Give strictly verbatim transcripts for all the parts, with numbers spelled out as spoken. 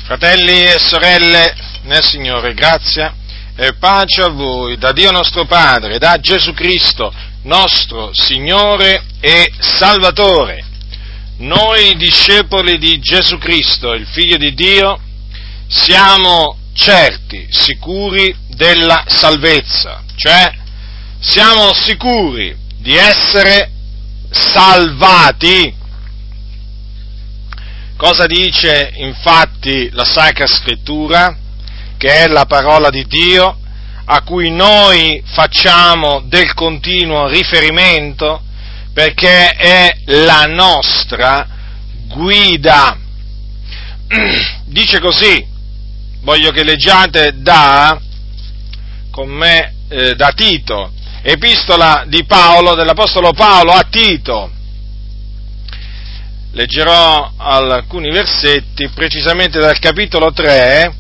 Fratelli e sorelle nel Signore, grazia e pace a voi da Dio nostro Padre, da Gesù Cristo, nostro Signore e Salvatore. Noi discepoli di Gesù Cristo, il Figlio di Dio, siamo certi, sicuri della salvezza, cioè siamo sicuri di essere salvati. Cosa dice infatti la Sacra Scrittura, che è la parola di Dio, a cui noi facciamo del continuo riferimento, perché è la nostra guida. Dice così, voglio che leggiate da, con me, eh, da Tito, epistola di Paolo, dell'Apostolo Paolo a Tito. Leggerò alcuni versetti, precisamente dal capitolo tre,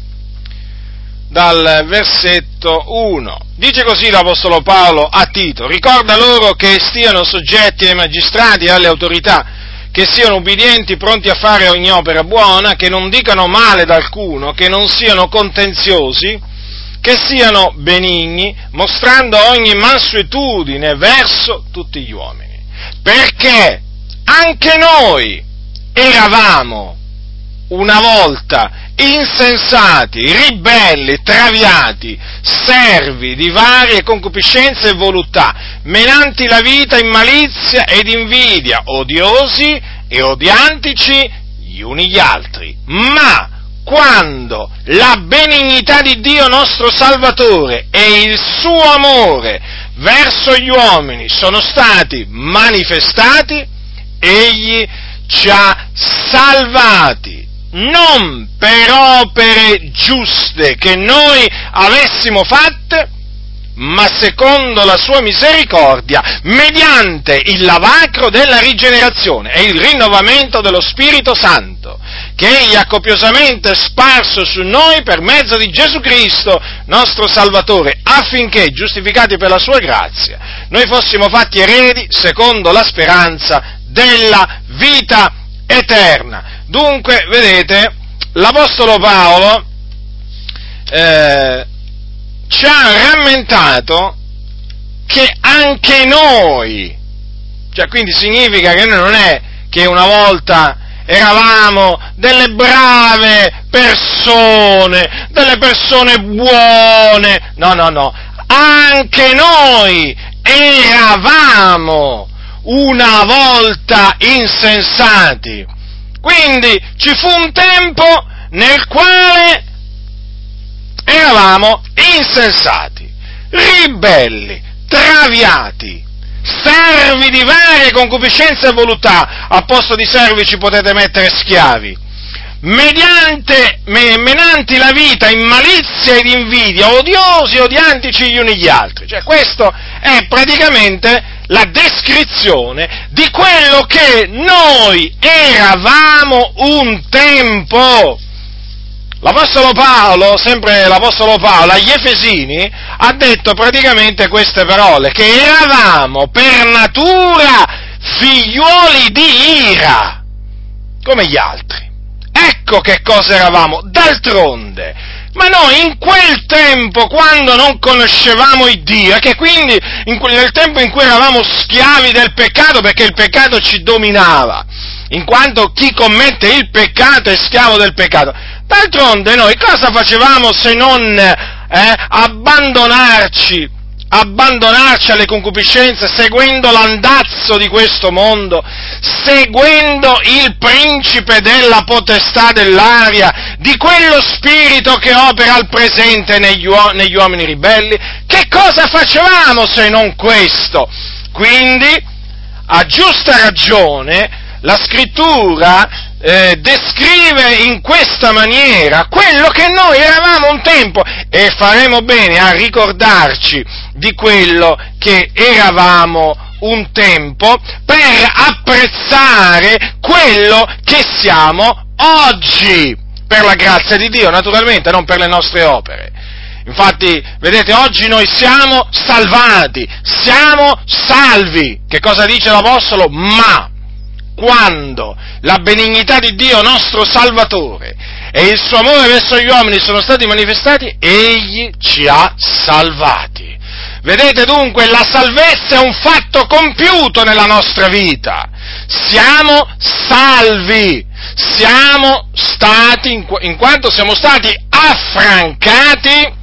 dal versetto uno. Dice così l'Apostolo Paolo a Tito: ricorda loro che stiano soggetti ai magistrati e alle autorità, che siano ubbidienti, pronti a fare ogni opera buona, che non dicano male d'alcuno, che non siano contenziosi, che siano benigni, mostrando ogni mansuetudine verso tutti gli uomini. Perché anche noi eravamo una volta insensati, ribelli, traviati, servi di varie concupiscenze e voluttà, menanti la vita in malizia ed invidia, odiosi e odiantici gli uni gli altri. Ma quando la benignità di Dio nostro Salvatore e il suo amore verso gli uomini sono stati manifestati, Egli ci ha salvati, non per opere giuste che noi avessimo fatte, ma secondo la sua misericordia, mediante il lavacro della rigenerazione e il rinnovamento dello Spirito Santo, che Egli ha copiosamente sparso su noi per mezzo di Gesù Cristo, nostro Salvatore, affinché, giustificati per la sua grazia, noi fossimo fatti eredi secondo la speranza della vita eterna. Dunque, vedete, l'Apostolo Paolo eh, ci ha rammentato che anche noi, cioè quindi significa che noi non è che una volta eravamo delle brave persone, delle persone buone, no, no, no, anche noi eravamo una volta insensati. Quindi ci fu un tempo nel quale eravamo insensati, ribelli, traviati, servi di varie concupiscenze e voluttà. A posto di servi ci potete mettere schiavi, mediante, me, menanti la vita in malizia ed invidia, odiosi e odiantici gli uni gli altri. Cioè, questo è praticamente la descrizione di quello che noi eravamo un tempo. L'Apostolo Paolo, sempre l'Apostolo Paolo, agli Efesini, ha detto praticamente queste parole, che eravamo per natura figliuoli di ira, come gli altri. Ecco che cosa eravamo, d'altronde. Ma noi in quel tempo, quando non conoscevamo il Dio, e che quindi in quel, nel tempo in cui eravamo schiavi del peccato, perché il peccato ci dominava, in quanto chi commette il peccato è schiavo del peccato, d'altronde noi cosa facevamo se non eh, abbandonarci, abbandonarci alle concupiscenze, seguendo l'andazzo di questo mondo, seguendo il principe della potestà dell'aria, di quello spirito che opera al presente negli, uo- negli uomini ribelli? Che cosa facevamo se non questo? Quindi, a giusta ragione, la Scrittura eh, descrive in questa maniera quello che noi eravamo un tempo, e faremo bene a ricordarci di quello che eravamo un tempo per apprezzare quello che siamo oggi, per la grazia di Dio, naturalmente, non per le nostre opere. Infatti, vedete, oggi noi siamo salvati, siamo salvi. Che cosa dice l'Apostolo? Ma quando la benignità di Dio nostro Salvatore e il suo amore verso gli uomini sono stati manifestati, egli ci ha salvati. Vedete dunque, la salvezza è un fatto compiuto nella nostra vita. Siamo salvi, siamo stati, in quanto siamo stati affrancati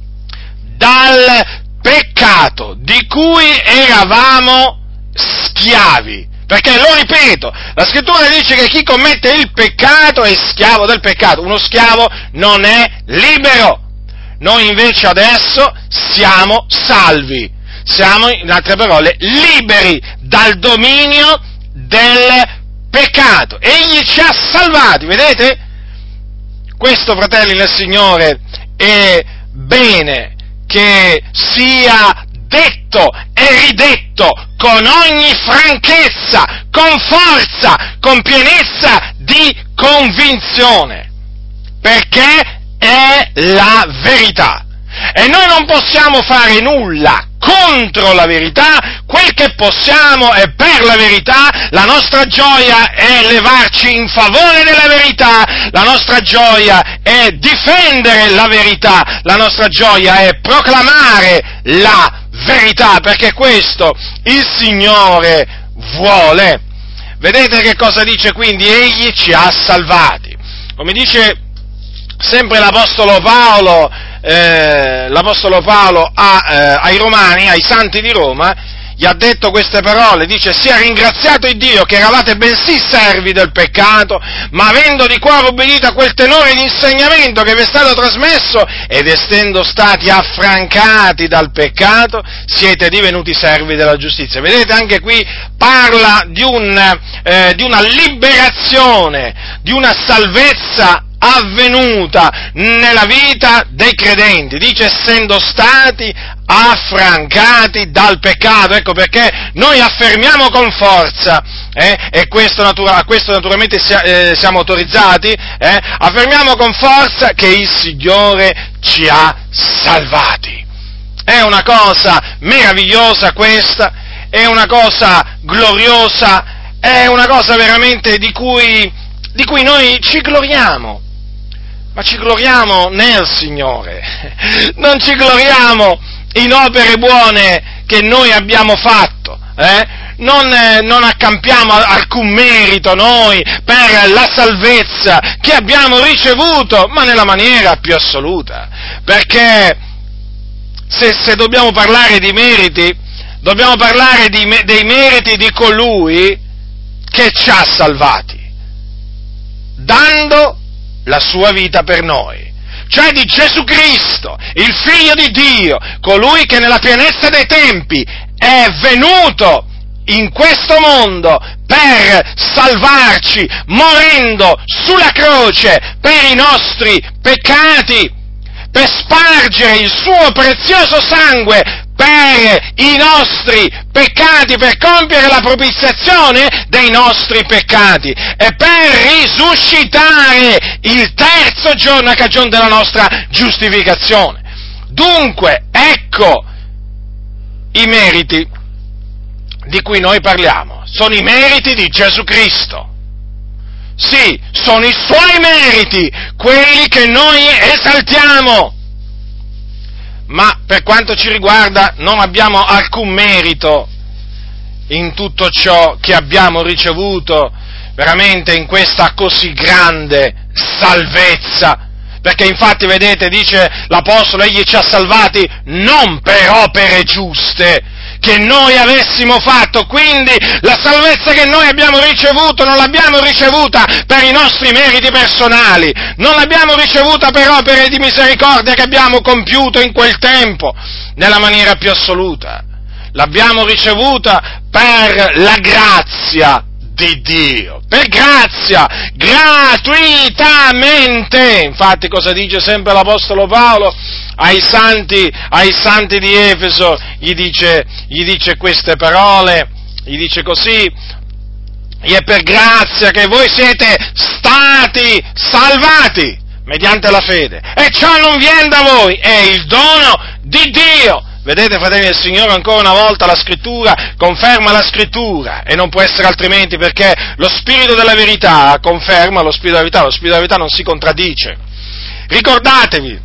dal peccato di cui eravamo schiavi. Perché, lo ripeto, la scrittura dice che chi commette il peccato è schiavo del peccato. Uno schiavo non è libero. Noi invece adesso siamo salvi, siamo, in altre parole, liberi dal dominio del peccato. Egli ci ha salvati, vedete? Questo, fratelli nel Signore, è bene che sia detto e ridetto con ogni franchezza, con forza, con pienezza di convinzione, perché è la verità. E noi non possiamo fare nulla contro la verità, quel che possiamo è per la verità. La nostra gioia è levarci in favore della verità, la nostra gioia è difendere la verità, la nostra gioia è proclamare la verità, perché questo il Signore vuole. Vedete che cosa dice quindi? Egli ci ha salvati. Come dice sempre l'Apostolo Paolo, eh, l'Apostolo Paolo a, eh, ai Romani, ai santi di Roma, gli ha detto queste parole, dice: sia ringraziato il Dio che eravate bensì servi del peccato, ma avendo di cuore obbedito a quel tenore di insegnamento che vi è stato trasmesso, ed essendo stati affrancati dal peccato, siete divenuti servi della giustizia. Vedete, anche qui parla di, un, eh, di una liberazione, di una salvezza avvenuta nella vita dei credenti. Dice: essendo stati affrancati dal peccato. Ecco perché noi affermiamo con forza, eh, e questo natura, a questo naturalmente sia, eh, siamo autorizzati, eh, affermiamo con forza che il Signore ci ha salvati. È una cosa meravigliosa questa, è una cosa gloriosa, è una cosa veramente di cui, di cui noi ci gloriamo. Ma ci gloriamo nel Signore, non ci gloriamo in opere buone che noi abbiamo fatto, eh? non, eh, non accampiamo alcun merito noi per la salvezza che abbiamo ricevuto, ma nella maniera più assoluta, perché se, se dobbiamo parlare di meriti, dobbiamo parlare di, dei meriti di colui che ci ha salvati, dando la sua vita per noi, cioè di Gesù Cristo, il Figlio di Dio, colui che nella pienezza dei tempi è venuto in questo mondo per salvarci, morendo sulla croce per i nostri peccati, per spargere il suo prezioso sangue per i nostri peccati, per compiere la propiziazione dei nostri peccati e per risuscitare il terzo giorno a cagione della nostra giustificazione. Dunque, ecco i meriti di cui noi parliamo, sono i meriti di Gesù Cristo. Sì, sono i suoi meriti, quelli che noi esaltiamo. Ma per quanto ci riguarda non abbiamo alcun merito in tutto ciò che abbiamo ricevuto veramente in questa così grande salvezza, perché infatti vedete, dice l'Apostolo, egli ci ha salvati non per opere giuste che noi avessimo fatto, quindi la salvezza che noi abbiamo ricevuto non l'abbiamo ricevuta per i nostri meriti personali, non l'abbiamo ricevuta per opere di misericordia che abbiamo compiuto in quel tempo, nella maniera più assoluta, l'abbiamo ricevuta per la grazia di Dio, per grazia, gratuitamente. Infatti cosa dice sempre l'Apostolo Paolo ai santi, ai santi di Efeso? Gli dice, gli dice queste parole, gli dice così: e è per grazia che voi siete stati salvati mediante la fede, e ciò non viene da voi, è il dono di Dio. Vedete, fratelli del Signore, ancora una volta la Scrittura conferma la Scrittura, e non può essere altrimenti, perché lo Spirito della verità conferma lo Spirito della verità, lo Spirito della verità non si contraddice. Ricordatevi,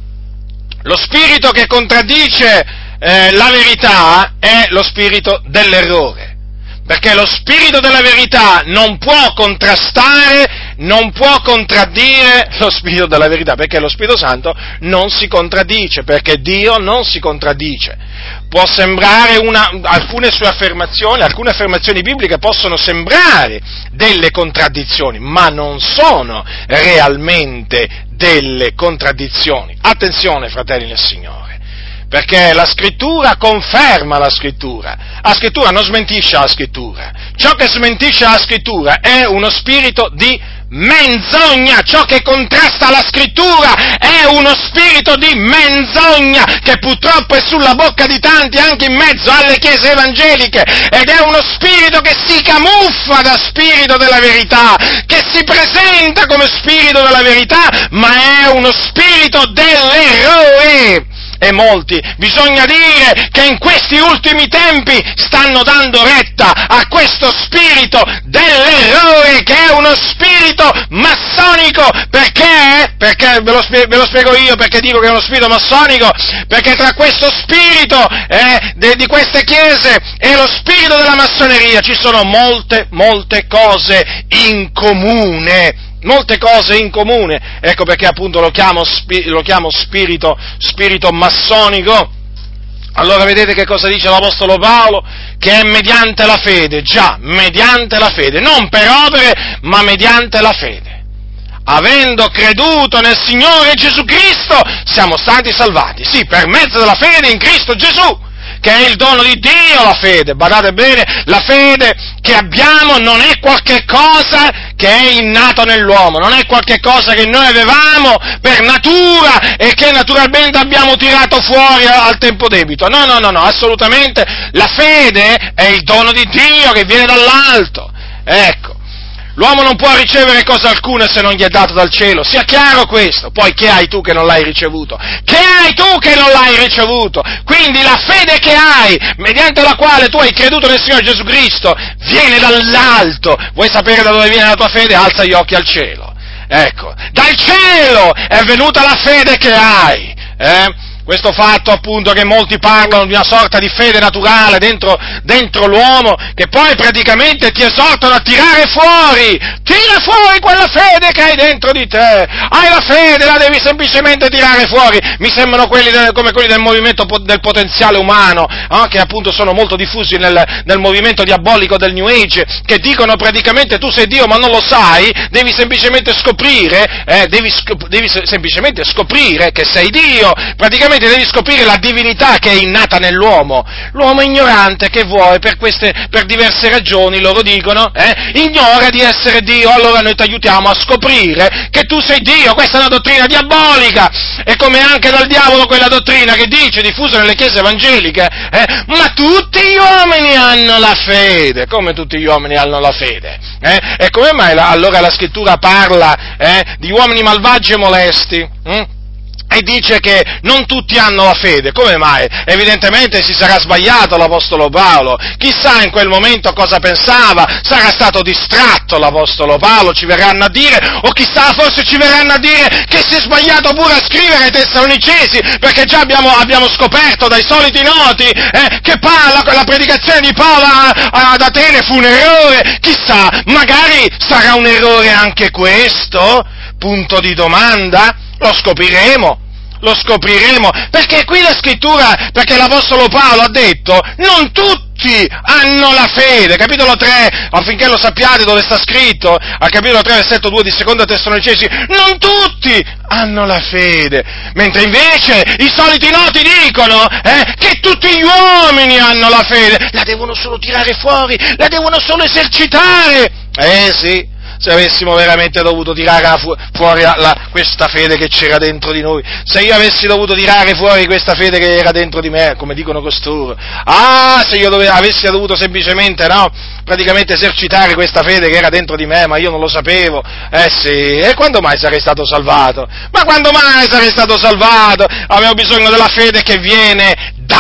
lo spirito che contraddice eh, la verità è lo spirito dell'errore. Perché lo spirito della verità non può contrastare, non può contraddire lo spirito della verità, perché lo Spirito Santo non si contraddice, perché Dio non si contraddice. Può sembrare una, alcune sue affermazioni, alcune affermazioni bibliche possono sembrare delle contraddizioni, ma non sono realmente delle contraddizioni. Attenzione, fratelli del Signore. Perché la Scrittura conferma la Scrittura, la Scrittura non smentisce la Scrittura. Ciò che smentisce la Scrittura è uno spirito di menzogna, ciò che contrasta la Scrittura è uno spirito di menzogna che purtroppo è sulla bocca di tanti anche in mezzo alle chiese evangeliche, ed è uno spirito che si camuffa da spirito della verità, che si presenta come spirito della verità, ma è uno spirito dell'errore. E molti, bisogna dire, che in questi ultimi tempi stanno dando retta a questo spirito dell'errore, che è uno spirito massonico. Perché? Perché ve lo, spie- ve lo spiego io perché dico che è uno spirito massonico, perché tra questo spirito eh, de- di queste chiese e lo spirito della massoneria ci sono molte, molte cose in comune. Molte cose in comune, ecco perché appunto lo chiamo, spi- lo chiamo spirito, spirito massonico. Allora vedete che cosa dice l'Apostolo Paolo? Che è mediante la fede, già, mediante la fede, non per opere, ma mediante la fede. Avendo creduto nel Signore Gesù Cristo, siamo stati salvati, sì, per mezzo della fede in Cristo Gesù, che è il dono di Dio, la fede. Badate bene, la fede che abbiamo non è qualche cosa che è innato nell'uomo, non è qualche cosa che noi avevamo per natura e che naturalmente abbiamo tirato fuori al tempo debito. No, no, no, no, assolutamente, la fede è il dono di Dio che viene dall'alto. Ecco. L'uomo non può ricevere cosa alcuna se non gli è dato dal cielo, sia chiaro questo. Poi che hai tu che non l'hai ricevuto? Che hai tu che non l'hai ricevuto? Quindi la fede che hai, mediante la quale tu hai creduto nel Signore Gesù Cristo, viene dall'alto. Vuoi sapere da dove viene la tua fede? Alza gli occhi al cielo. Ecco, dal cielo è venuta la fede che hai, eh? Questo fatto appunto che molti parlano di una sorta di fede naturale dentro, dentro l'uomo, che poi praticamente ti esortano a tirare fuori, tira fuori quella fede che hai dentro di te, hai la fede, la devi semplicemente tirare fuori. Mi sembrano quelli del, come quelli del movimento del potenziale umano, eh, che appunto sono molto diffusi nel, nel movimento diabolico del New Age, che dicono praticamente tu sei Dio ma non lo sai, devi semplicemente scoprire, eh, devi, scop- devi semplicemente scoprire che sei Dio, praticamente devi scoprire la divinità che è innata nell'uomo. L'uomo ignorante che vuole, per queste, per diverse ragioni, loro dicono, eh, ignora di essere Dio, allora noi ti aiutiamo a scoprire che tu sei Dio. Questa è una dottrina diabolica, e come anche dal diavolo quella dottrina che dice, diffusa nelle chiese evangeliche, eh, ma tutti gli uomini hanno la fede. Come tutti gli uomini hanno la fede? Eh? E come mai la, allora la Scrittura parla eh, di uomini malvagi e molesti? Hm? E dice che non tutti hanno la fede. Come mai? Evidentemente si sarà sbagliato l'Apostolo Paolo. Chissà in quel momento cosa pensava, sarà stato distratto l'Apostolo Paolo, ci verranno a dire, o chissà forse ci verranno a dire che si è sbagliato pure a scrivere ai Tessalonicesi, perché già abbiamo, abbiamo scoperto dai soliti noti eh, che parla, la predicazione di Paolo ad Atene fu un errore. Chissà, magari sarà un errore anche questo? Punto di domanda? Lo scopriremo, lo scopriremo, perché qui la Scrittura, perché l'Apostolo Paolo ha detto, non tutti hanno la fede, capitolo tre, affinché lo sappiate dove sta scritto, al capitolo tre, versetto due di seconda Tessalonicesi, non tutti hanno la fede, mentre invece i soliti noti dicono eh, che tutti gli uomini hanno la fede, la devono solo tirare fuori, la devono solo esercitare, eh sì. Se avessimo veramente dovuto tirare fu- fuori la, la, questa fede che c'era dentro di noi, se io avessi dovuto tirare fuori questa fede che era dentro di me, come dicono costoro, ah, se io dove, avessi dovuto semplicemente, no, praticamente esercitare questa fede che era dentro di me, ma io non lo sapevo, eh sì, e quando mai sarei stato salvato? Ma quando mai sarei stato salvato? Avevo bisogno della fede che viene da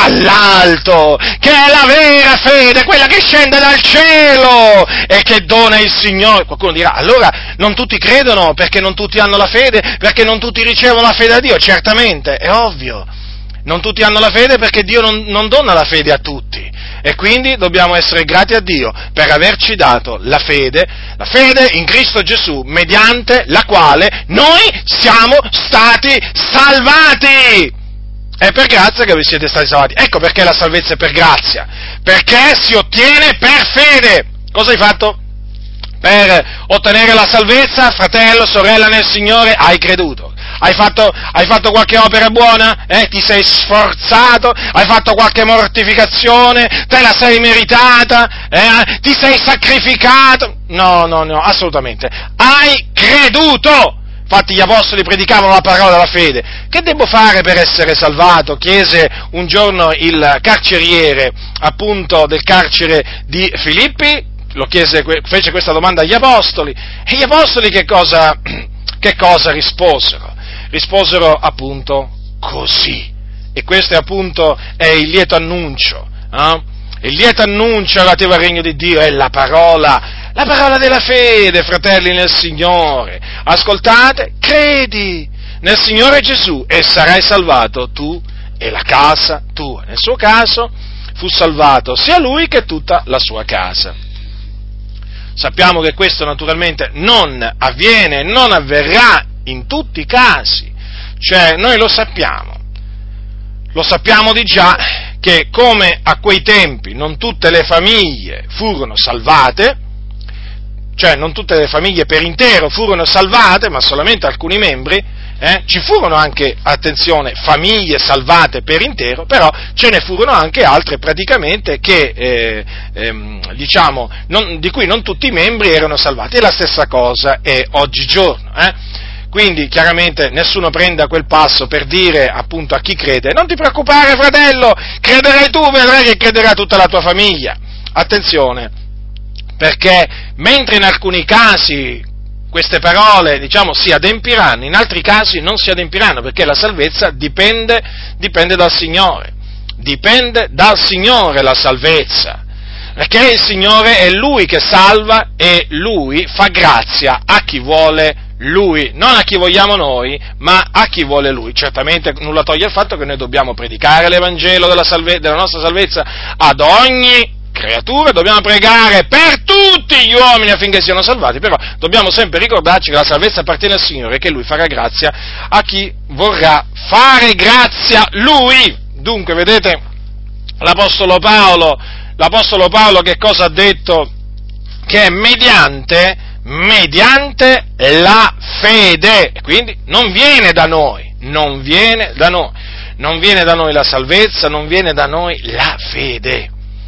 dall'alto, che è la vera fede, quella che scende dal cielo e che dona il Signore. Qualcuno dirà, allora non tutti credono perché non tutti hanno la fede, perché non tutti ricevono la fede da Dio? Certamente, è ovvio. Non tutti hanno la fede perché Dio non, non dona la fede a tutti, e quindi dobbiamo essere grati a Dio per averci dato la fede, la fede in Cristo Gesù, mediante la quale noi siamo stati salvati. È per grazia che vi siete stati salvati. Ecco perché la salvezza è per grazia, perché si ottiene per fede. Cosa hai fatto? Per ottenere la salvezza, fratello, sorella nel Signore, hai creduto. Hai fatto, hai fatto qualche opera buona? Eh? Ti sei sforzato? Hai fatto qualche mortificazione? Te la sei meritata? Eh? Ti sei sacrificato? No, no, no, assolutamente. Hai creduto! Infatti gli apostoli predicavano la parola della fede. Che devo fare per essere salvato? Chiese un giorno il carceriere, appunto, del carcere di Filippi, lo chiese, fece questa domanda agli apostoli, e gli apostoli che cosa, che cosa risposero? Risposero appunto così, e questo è appunto è il lieto annuncio, eh? Il lieto annuncio relativo al regno di Dio è la parola, la parola della fede, fratelli nel Signore. Ascoltate, credi nel Signore Gesù e sarai salvato tu e la casa tua. Nel suo caso fu salvato sia lui che tutta la sua casa. Sappiamo che questo naturalmente non avviene, non avverrà in tutti i casi, cioè noi lo sappiamo, lo sappiamo di già che come a quei tempi non tutte le famiglie furono salvate, cioè non tutte le famiglie per intero furono salvate, ma solamente alcuni membri, eh, ci furono anche, attenzione, famiglie salvate per intero, però ce ne furono anche altre praticamente che, eh, ehm, diciamo, non, di cui non tutti i membri erano salvati, e la stessa cosa è oggigiorno, eh. Quindi chiaramente nessuno prenda quel passo per dire appunto a chi crede, non ti preoccupare fratello, crederai tu, vedrai che crederà tutta la tua famiglia. Attenzione, perché mentre in alcuni casi queste parole, diciamo, si adempiranno, in altri casi non si adempiranno, perché la salvezza dipende, dipende dal Signore, dipende dal Signore la salvezza, perché il Signore è Lui che salva e Lui fa grazia a chi vuole Lui, non a chi vogliamo noi, ma a chi vuole Lui. Certamente nulla toglie il fatto che noi dobbiamo predicare l'Evangelo della, salve, della nostra salvezza ad ogni creatura, dobbiamo pregare per tutti gli uomini affinché siano salvati, però dobbiamo sempre ricordarci che la salvezza appartiene al Signore e che Lui farà grazia a chi vorrà fare grazia Lui. Dunque, vedete, l'Apostolo Paolo, l'Apostolo Paolo che cosa ha detto? Che è mediante, mediante la fede, quindi non viene da noi, non viene da noi, non viene da noi la salvezza, non viene da noi la fede.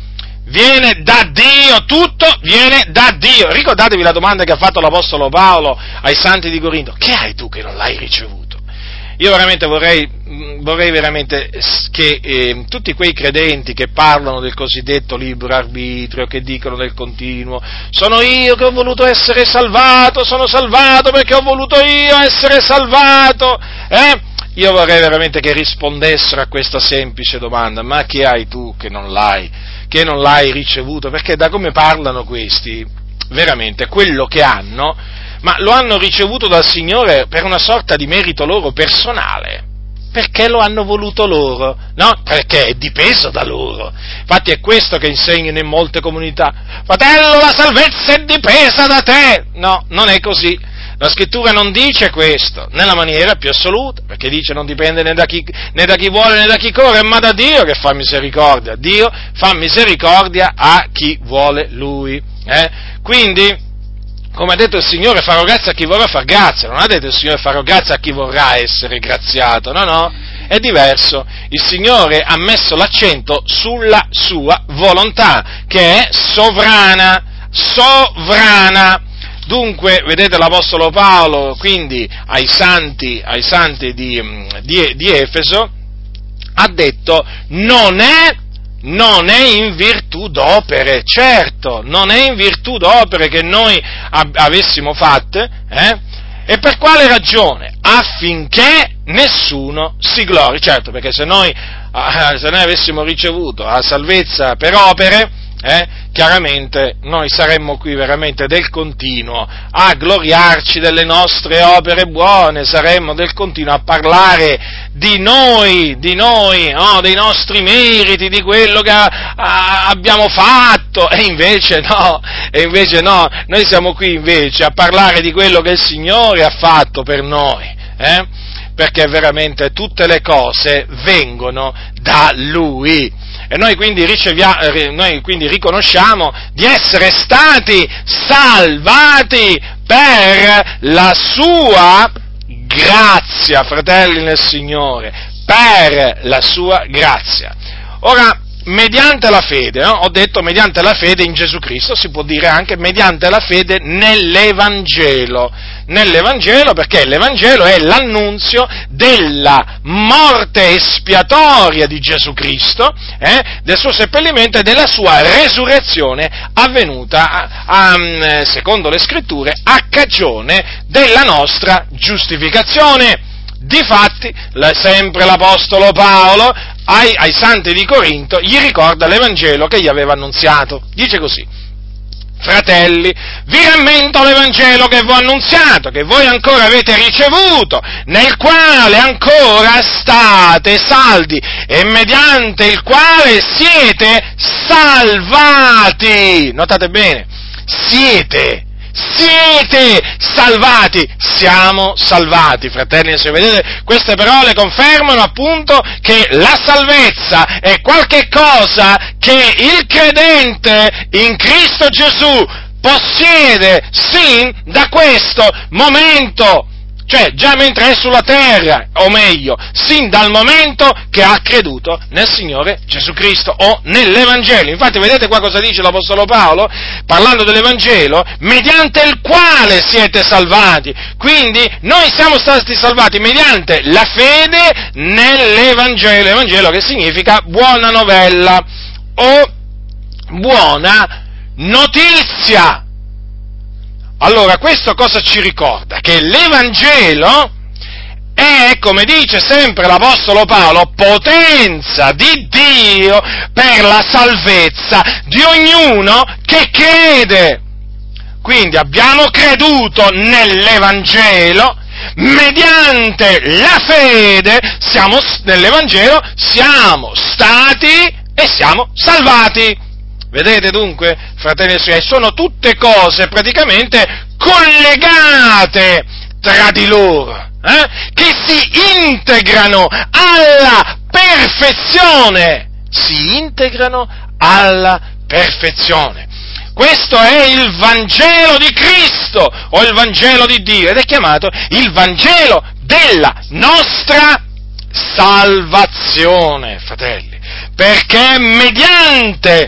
Viene da Dio, tutto viene da Dio. Ricordatevi la domanda che ha fatto l'Apostolo Paolo ai santi di Corinto: che hai tu che non l'hai ricevuto? Io veramente vorrei, vorrei veramente che eh, tutti quei credenti che parlano del cosiddetto libero arbitrio, che dicono del continuo, sono io che ho voluto essere salvato, sono salvato perché ho voluto io essere salvato, eh? Io vorrei veramente che rispondessero a questa semplice domanda: ma che hai tu che non l'hai, che non l'hai ricevuto? Perché da come parlano questi, veramente quello che hanno, ma lo hanno ricevuto dal Signore per una sorta di merito loro personale, perché lo hanno voluto loro, no? Perché è dipeso da loro. Infatti è questo che insegnano in molte comunità: fratello, la salvezza è dipesa da te. No, non è così. La Scrittura non dice questo, nella maniera più assoluta, perché dice non dipende né da chi, né da chi vuole né da chi corre, ma da Dio che fa misericordia. Dio fa misericordia a chi vuole Lui. Eh? Quindi, come ha detto il Signore, farò grazia a chi vorrà far grazia, non ha detto il Signore farò grazia a chi vorrà essere graziato, no, no, è diverso. Il Signore ha messo l'accento sulla sua volontà, che è sovrana, sovrana. Dunque, vedete, l'Apostolo Paolo, quindi, ai santi, ai santi di, di, di Efeso, ha detto, non è, non è in virtù d'opere, certo, non è in virtù d'opere che noi ab- avessimo fatte, eh? E per quale ragione? Affinché nessuno si glori. Certo, perché se noi, eh, se noi avessimo ricevuto la salvezza per opere, eh, chiaramente noi saremmo qui veramente del continuo a gloriarci delle nostre opere buone, saremmo del continuo a parlare di noi, di noi, no, dei nostri meriti, di quello che a, abbiamo fatto, e invece no, e invece no, noi siamo qui invece a parlare di quello che il Signore ha fatto per noi, eh, perché veramente tutte le cose vengono da Lui. E noi quindi, ricevia, noi quindi riconosciamo di essere stati salvati per la sua grazia, fratelli nel Signore, per la sua grazia. Ora, mediante la fede, no? Ho detto mediante la fede in Gesù Cristo, si può dire anche mediante la fede nell'Evangelo, nell'Evangelo perché l'Evangelo è l'annunzio della morte espiatoria di Gesù Cristo, eh, del suo seppellimento e della sua resurrezione avvenuta, a, a, secondo le Scritture, a cagione della nostra giustificazione. Difatti, sempre l'Apostolo Paolo ai, ai santi di Corinto gli ricorda l'Evangelo che gli aveva annunziato. Dice così: fratelli, vi rammento l'Evangelo che vi ho annunziato, che voi ancora avete ricevuto, nel quale ancora state saldi e mediante il quale siete salvati. Notate bene, siete Siete salvati, siamo salvati, fratelli e sorelle. Vedete, queste parole confermano appunto che la salvezza è qualche cosa che il credente in Cristo Gesù possiede sin da questo momento, cioè già mentre è sulla terra, o meglio, sin dal momento che ha creduto nel Signore Gesù Cristo o nell'Evangelo. Infatti vedete qua cosa dice l'Apostolo Paolo, parlando dell'Evangelo, mediante il quale siete salvati. Quindi noi siamo stati salvati mediante la fede nell'Evangelo, Evangelo che significa buona novella o buona notizia. Allora, questo cosa ci ricorda? Che l'Evangelo è, come dice sempre l'Apostolo Paolo, potenza di Dio per la salvezza di ognuno che crede. Quindi abbiamo creduto nell'Evangelo, mediante la fede siamo, nell'Evangelo siamo stati e siamo salvati. Vedete dunque, fratelli e sorelle, sono tutte cose praticamente collegate tra di loro, eh? Che si integrano alla perfezione, si integrano alla perfezione. Questo è il Vangelo di Cristo, o il Vangelo di Dio, ed è chiamato il Vangelo della nostra salvazione, fratelli, perché mediante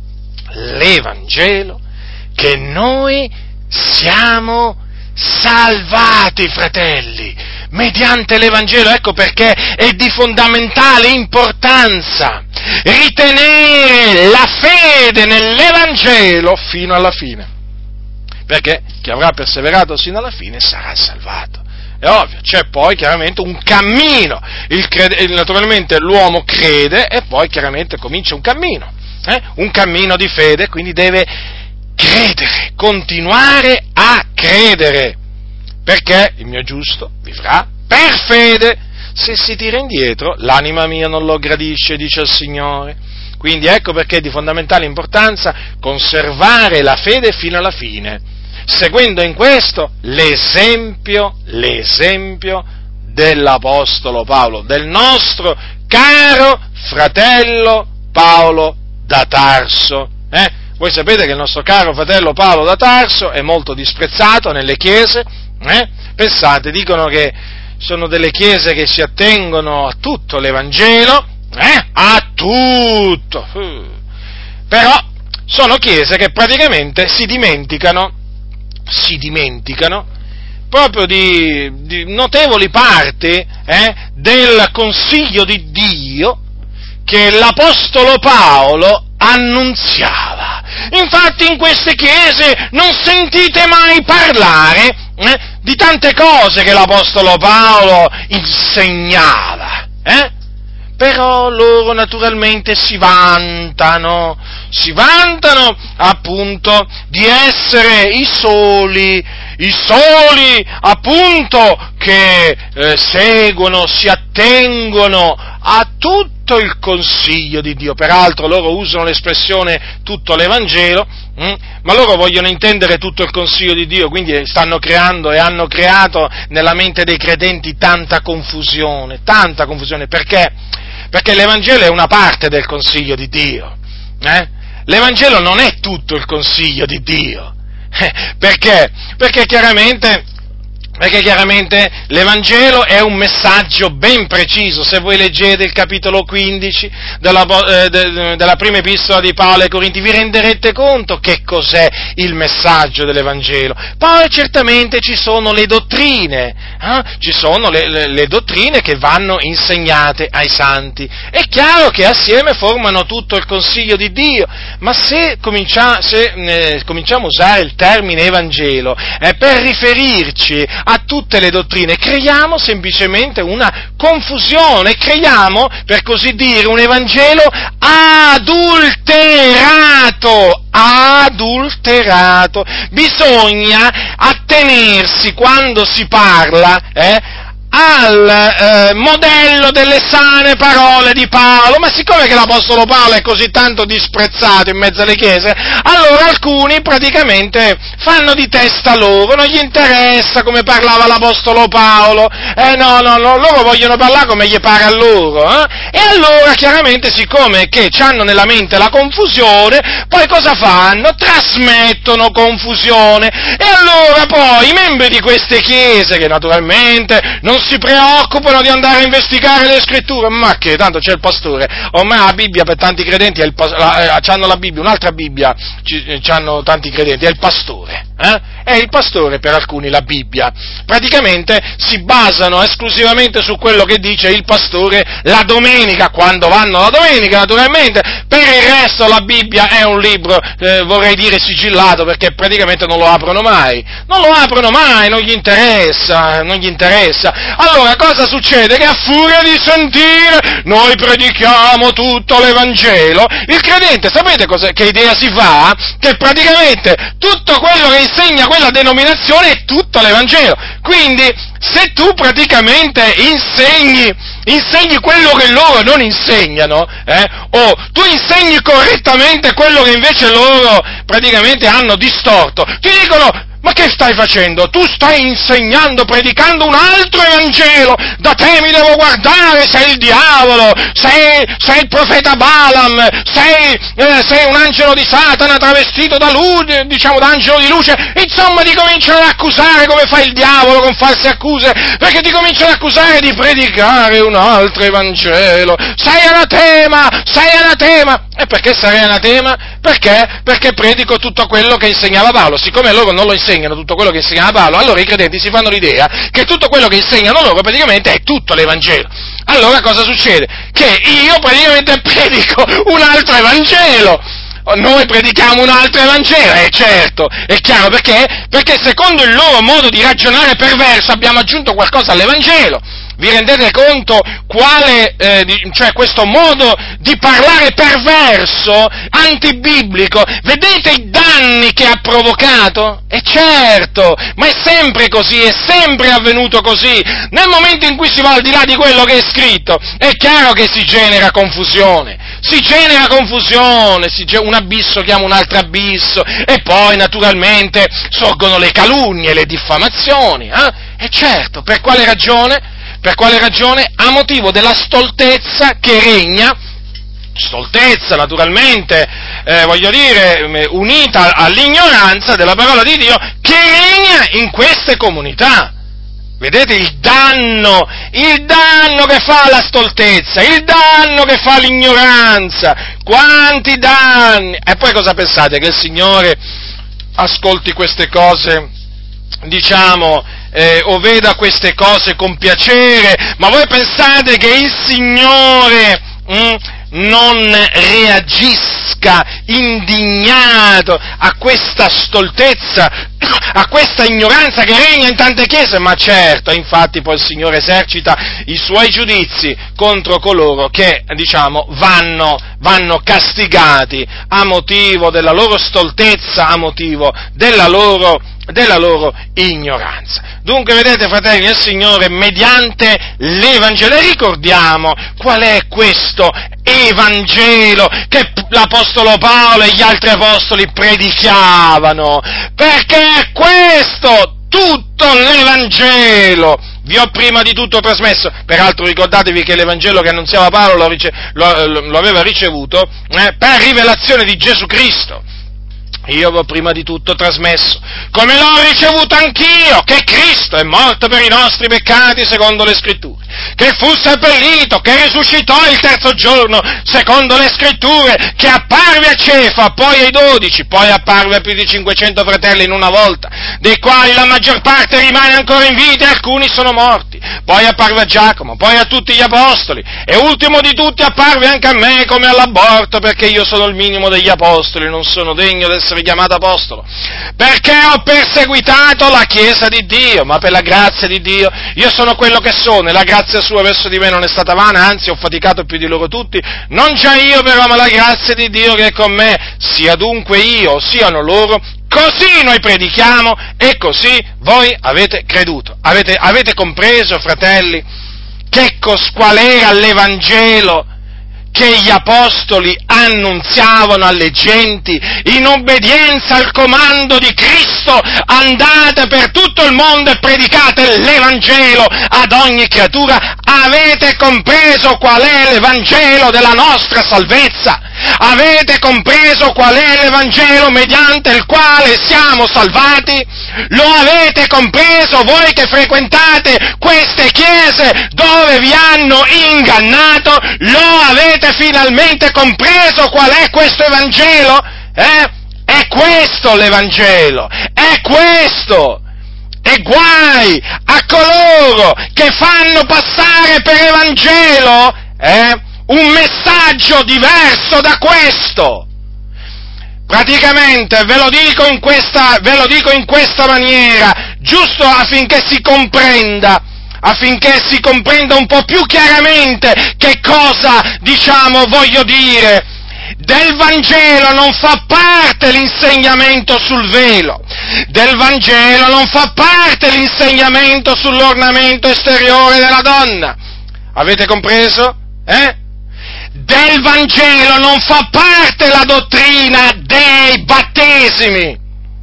l'Evangelo che noi siamo salvati, fratelli, mediante l'Evangelo. Ecco perché è di fondamentale importanza ritenere la fede nell'Evangelo fino alla fine, perché chi avrà perseverato sino alla fine sarà salvato. È ovvio, c'è poi chiaramente un cammino, il crede, naturalmente l'uomo crede e poi chiaramente comincia un cammino. Eh? Un cammino di fede, quindi deve credere, continuare a credere, perché il mio giusto vivrà per fede. Se si tira indietro, l'anima mia non lo gradisce, dice il Signore. Quindi ecco perché è di fondamentale importanza conservare la fede fino alla fine, seguendo in questo l'esempio, l'esempio dell'Apostolo Paolo, del nostro caro fratello Paolo da Tarso. Eh? Voi sapete che il nostro caro fratello Paolo da Tarso è molto disprezzato nelle chiese, eh? Pensate, dicono che sono delle chiese che si attengono a tutto l'Evangelo, eh? A tutto, però sono chiese che praticamente si dimenticano, si dimenticano proprio di, di notevoli parti eh? del consiglio di Dio che l'Apostolo Paolo annunziava. Infatti in queste chiese non sentite mai parlare eh, di tante cose che l'Apostolo Paolo insegnava, eh? Però loro naturalmente si vantano, si vantano appunto di essere i soli, i soli appunto che eh, seguono, si attengono a tutto il consiglio di Dio. Peraltro loro usano l'espressione tutto l'Evangelo, hm? ma loro vogliono intendere tutto il consiglio di Dio, quindi stanno creando e hanno creato nella mente dei credenti tanta confusione, tanta confusione, perché? Perché l'Evangelo è una parte del consiglio di Dio, eh? L'Evangelo non è tutto il consiglio di Dio, eh, perché? Perché chiaramente, perché chiaramente l'Evangelo è un messaggio ben preciso. Se voi leggete il capitolo quindici della, eh, de, della prima epistola di Paolo ai Corinti, vi renderete conto che cos'è il messaggio dell'Evangelo. Poi certamente ci sono le dottrine, eh? ci sono le, le, le dottrine che vanno insegnate ai santi. È chiaro che assieme formano tutto il consiglio di Dio, ma se, comincia, se eh, cominciamo a usare il termine Evangelo eh, per riferirci a tutte le dottrine, creiamo semplicemente una confusione, creiamo, per così dire, un Evangelo adulterato, adulterato. Bisogna attenersi, quando si parla, eh, al eh, modello delle sane parole di Paolo, ma siccome che l'Apostolo Paolo è così tanto disprezzato in mezzo alle chiese, allora alcuni praticamente fanno di testa loro, non gli interessa come parlava l'Apostolo Paolo, eh no, no, no, loro vogliono parlare come gli pare a loro, eh? E allora chiaramente, siccome che hanno nella mente la confusione, poi cosa fanno? Trasmettono confusione, e allora poi i membri di queste chiese, che naturalmente non si preoccupano di andare a investigare le scritture, ma che tanto c'è il pastore, ormai la Bibbia per tanti credenti, è il, la, hanno la Bibbia, un'altra Bibbia hanno tanti credenti, è il pastore, eh? È il pastore per alcuni la Bibbia, praticamente si basano esclusivamente su quello che dice il pastore la domenica, quando vanno la domenica naturalmente, per il resto la Bibbia è un libro, eh, vorrei dire sigillato, perché praticamente non lo aprono mai, non lo aprono mai, non gli interessa, non gli interessa. Allora cosa succede? Che a furia di sentire noi predichiamo tutto l'Evangelo, il credente, sapete cosa, che idea si fa? Che praticamente tutto quello che insegna quella denominazione è tutto l'Evangelo. Quindi se tu praticamente insegni, insegni quello che loro non insegnano, eh, o tu insegni correttamente quello che invece loro praticamente hanno distorto, ti dicono: ma che stai facendo? Tu stai insegnando, predicando un altro Evangelo, da te mi devo guardare, sei il diavolo, sei, sei il profeta Balaam, sei, eh, sei un angelo di Satana travestito da luce, diciamo da angelo di luce, insomma ti cominciano ad accusare come fa il diavolo con false accuse, perché ti cominciano ad accusare di predicare un altro Evangelo, sei anatema, sei anatema. E perché sarei anatema? Perché? Perché predico tutto quello che insegnava Paolo. Siccome loro non lo insegnano tutto quello che insegnava Paolo, allora i credenti si fanno l'idea che tutto quello che insegnano loro praticamente è tutto l'Evangelo. Allora cosa succede? Che io praticamente predico un altro Evangelo. Noi predichiamo un altro Evangelo, eh certo, è chiaro, perché? Perché secondo il loro modo di ragionare perverso abbiamo aggiunto qualcosa all'Evangelo. Vi rendete conto quale, eh, di, cioè questo modo di parlare perverso, antibiblico, vedete i danni che ha provocato? E certo, ma è sempre così, è sempre avvenuto così. Nel momento in cui si va al di là di quello che è scritto, è chiaro che si genera confusione, si genera confusione, si ge- un abisso chiama un altro abisso, e poi naturalmente sorgono le calunnie, le diffamazioni, eh? E certo, per quale ragione? Per quale ragione? A motivo della stoltezza che regna, stoltezza naturalmente, eh, voglio dire, unita all'ignoranza della parola di Dio, che regna in queste comunità. Vedete il danno, il danno che fa la stoltezza, il danno che fa l'ignoranza, quanti danni! E poi cosa pensate? Che il Signore ascolti queste cose, diciamo, Eh, o veda queste cose con piacere? Ma voi pensate che il Signore mh, non reagisca indignato a questa stoltezza, a questa ignoranza che regna in tante chiese, ma certo, infatti poi il Signore esercita i suoi giudizi contro coloro che, diciamo, vanno, vanno castigati a motivo della loro stoltezza, a motivo della loro della loro ignoranza. Dunque, vedete, fratelli del Signore, mediante l'Evangelo, ricordiamo qual è questo Evangelo che l'Apostolo Paolo e gli altri Apostoli predicavano, perché è questo tutto l'Evangelo. Vi ho prima di tutto trasmesso, peraltro ricordatevi che l'Evangelo che annunziava Paolo lo, rice- lo, lo aveva ricevuto eh, per rivelazione di Gesù Cristo. Io vi ho prima di tutto trasmesso, come l'ho ricevuto anch'io, che Cristo è morto per i nostri peccati secondo le Scritture, che fu seppellito, che risuscitò il terzo giorno secondo le Scritture, che apparve a Cefa, poi ai dodici, poi apparve a più di cinquecento fratelli in una volta, dei quali la maggior parte rimane ancora in vita e alcuni sono morti, poi apparve a Giacomo, poi a tutti gli apostoli, e ultimo di tutti apparve anche a me come all'aborto, perché io sono il minimo degli apostoli, non sono degno di essere chiamato apostolo, perché ho perseguitato la Chiesa di Dio, ma per la grazia di Dio io sono quello che sono, e la grazia sua verso di me non è stata vana, anzi ho faticato più di loro tutti, non già io però, ma la grazia di Dio che è con me, sia dunque io, siano loro, così noi predichiamo e così voi avete creduto. Avete, avete compreso, fratelli, che cos, qual era l'Evangelo che gli apostoli annunziavano alle genti in obbedienza al comando di Cristo? Andate per tutto il mondo e predicate l'Evangelo ad ogni creatura. Avete compreso qual è l'Evangelo della nostra salvezza? Avete compreso qual è l'Evangelo mediante il quale siamo salvati? Lo avete compreso voi che frequentate queste chiese dove vi hanno ingannato? Lo avete finalmente compreso qual è questo Evangelo? Eh? È questo l'Evangelo, è questo! E guai a coloro che fanno passare per Evangelo, eh? un messaggio diverso da questo. Praticamente ve lo dico in questa, ve lo dico in questa maniera, giusto affinché si comprenda, affinché si comprenda un po' più chiaramente che cosa, diciamo, voglio dire. Del Vangelo non fa parte l'insegnamento sul velo, del Vangelo non fa parte l'insegnamento sull'ornamento esteriore della donna. Avete compreso? Eh? Del Vangelo non fa parte la dottrina dei battesimi.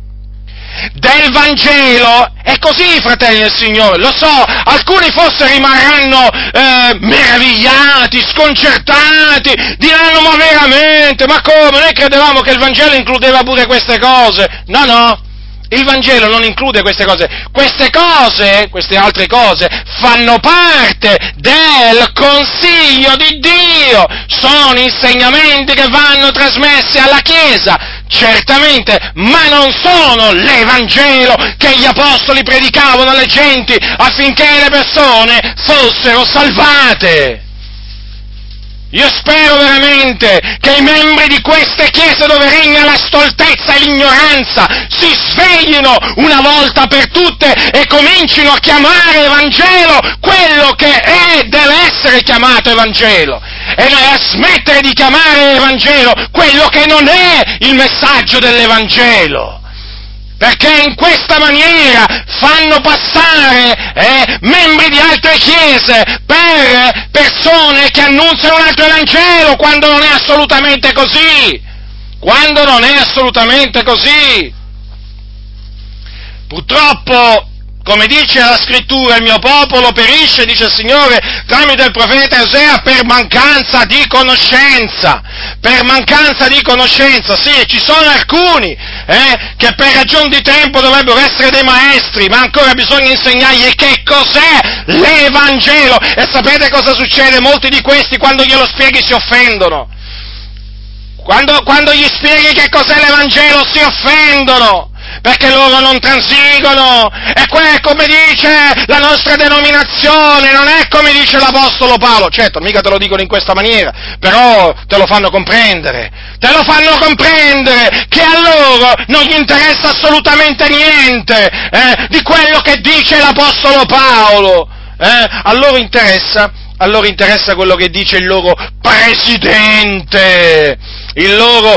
Del Vangelo è così, fratelli del Signore, lo so, alcuni forse rimarranno eh, meravigliati, sconcertati, diranno: ma veramente, ma come? Noi credevamo che il Vangelo includeva pure queste cose. No, no, il Vangelo non include queste cose. Queste cose, queste altre cose, fanno parte del consiglio di Dio, sono insegnamenti che vanno trasmessi alla Chiesa, certamente, ma non sono l'Evangelo che gli apostoli predicavano alle genti affinché le persone fossero salvate. Io spero veramente che i membri di queste chiese dove regna la stoltezza e l'ignoranza si sveglino una volta per tutte e comincino a chiamare Evangelo quello che è, deve essere chiamato Evangelo, e a smettere di chiamare Evangelo quello che non è il messaggio dell'Evangelo. Perché in questa maniera fanno passare eh, membri di altre chiese per persone che annunziano un altro Evangelo, quando non è assolutamente così, quando non è assolutamente così. Purtroppo, come dice la Scrittura, il mio popolo perisce, dice il Signore, tramite il profeta Osea, per mancanza di conoscenza, per mancanza di conoscenza, sì, ci sono alcuni, eh, che per ragion di tempo dovrebbero essere dei maestri, ma ancora bisogna insegnargli che cos'è l'Evangelo, e sapete cosa succede? Molti di questi, quando glielo spieghi, si offendono, quando, quando gli spieghi che cos'è l'Evangelo, si offendono, perché loro non transigono, e qua è come dice la nostra denominazione, non è come dice l'Apostolo Paolo. Certo, mica te lo dicono in questa maniera, però te lo fanno comprendere, te lo fanno comprendere che a loro non gli interessa assolutamente niente eh, di quello che dice l'Apostolo Paolo, eh? A loro interessa, a loro interessa quello che dice il loro presidente, il loro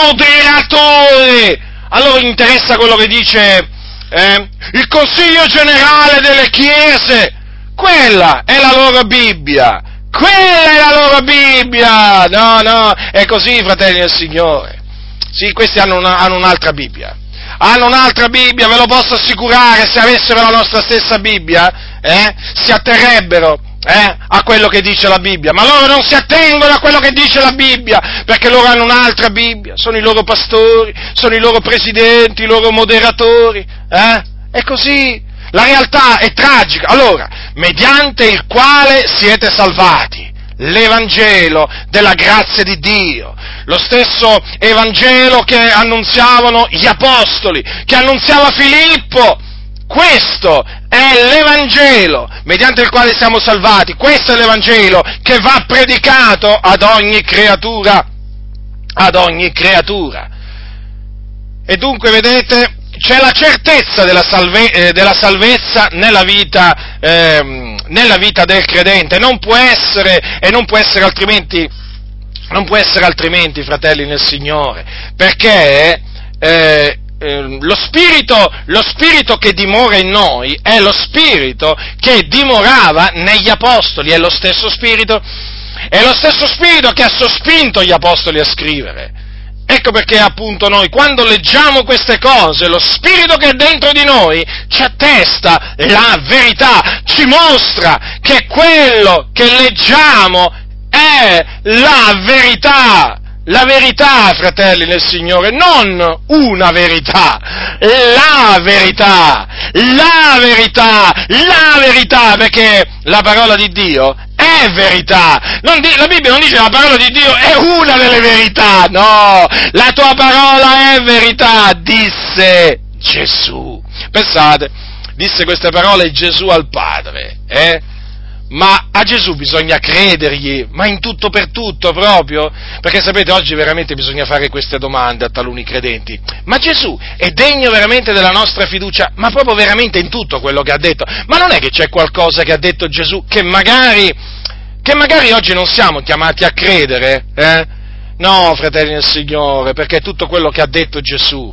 moderatore, a loro interessa quello che dice eh, il Consiglio Generale delle Chiese. Quella è la loro Bibbia, quella è la loro Bibbia, no, no, è così, fratelli del Signore. Sì, questi hanno, una, hanno un'altra Bibbia, hanno un'altra Bibbia, ve lo posso assicurare, se avessero la nostra stessa Bibbia, eh, si atterrebbero Eh, a quello che dice la Bibbia, ma loro non si attengono a quello che dice la Bibbia, perché loro hanno un'altra Bibbia, sono i loro pastori, sono i loro presidenti, i loro moderatori, eh? È così, la realtà è tragica. Allora, mediante il quale siete salvati, l'Evangelo della grazia di Dio, lo stesso Evangelo che annunziavano gli Apostoli, che annunziava Filippo. Questo è l'Evangelo mediante il quale siamo salvati, questo è l'Evangelo che va predicato ad ogni creatura, ad ogni creatura. E dunque, vedete, c'è la certezza della, salve, eh, della salvezza nella vita, eh, nella vita del credente, non può essere, e non può essere altrimenti, non può essere altrimenti, fratelli nel Signore, perché, eh, Lo spirito, lo spirito che dimora in noi è lo spirito che dimorava negli apostoli, è lo stesso spirito, è lo stesso spirito che ha sospinto gli apostoli a scrivere. Ecco perché appunto noi, quando leggiamo queste cose, lo spirito che è dentro di noi ci attesta la verità, ci mostra che quello che leggiamo è la verità. La verità, fratelli nel Signore, non una verità, la verità, la verità, la verità, perché la parola di Dio è verità. Non di, la Bibbia non dice la parola di Dio è una delle verità, no, la tua parola è verità, disse Gesù. Pensate, disse queste parole Gesù al Padre, eh? Ma a Gesù bisogna credergli, ma in tutto per tutto proprio, perché sapete, oggi veramente bisogna fare queste domande a taluni credenti. Ma Gesù è degno veramente della nostra fiducia, ma proprio veramente in tutto quello che ha detto? Ma non è che c'è qualcosa che ha detto Gesù che magari, che magari oggi non siamo chiamati a credere, eh? No, fratelli del Signore, perché tutto quello che ha detto Gesù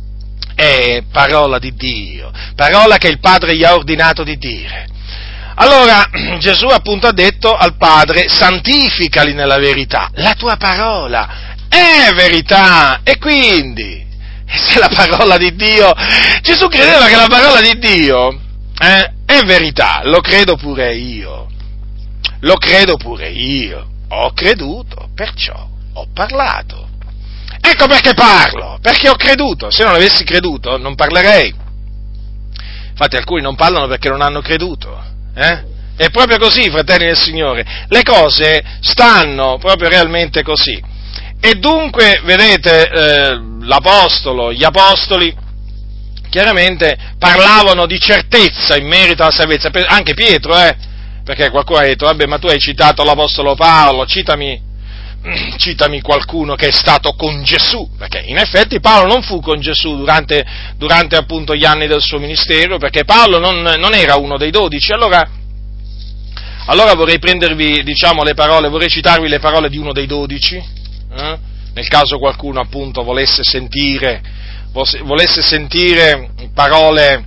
è parola di Dio, parola che il Padre gli ha ordinato di dire. Allora, Gesù appunto ha detto al Padre, santificali nella verità, la tua parola è verità, e quindi, se la parola di Dio, Gesù credeva che la parola di Dio eh, è verità, lo credo pure io, lo credo pure io, ho creduto, perciò ho parlato. Ecco perché parlo, perché ho creduto, se non avessi creduto non parlerei. Infatti alcuni non parlano perché non hanno creduto. Eh? È proprio così, fratelli del Signore, le cose stanno proprio realmente così. E dunque, vedete, eh, l'apostolo, gli apostoli, chiaramente parlavano di certezza in merito alla salvezza, anche Pietro, eh? Perché qualcuno ha detto, vabbè, ma tu hai citato l'apostolo Paolo, citami, citami qualcuno che è stato con Gesù, perché in effetti Paolo non fu con Gesù durante, durante appunto gli anni del suo ministero, perché Paolo non, non era uno dei dodici. Allora, allora vorrei prendervi, diciamo, le parole, vorrei citarvi le parole di uno dei dodici, eh? Nel caso qualcuno appunto volesse sentire, volesse sentire parole,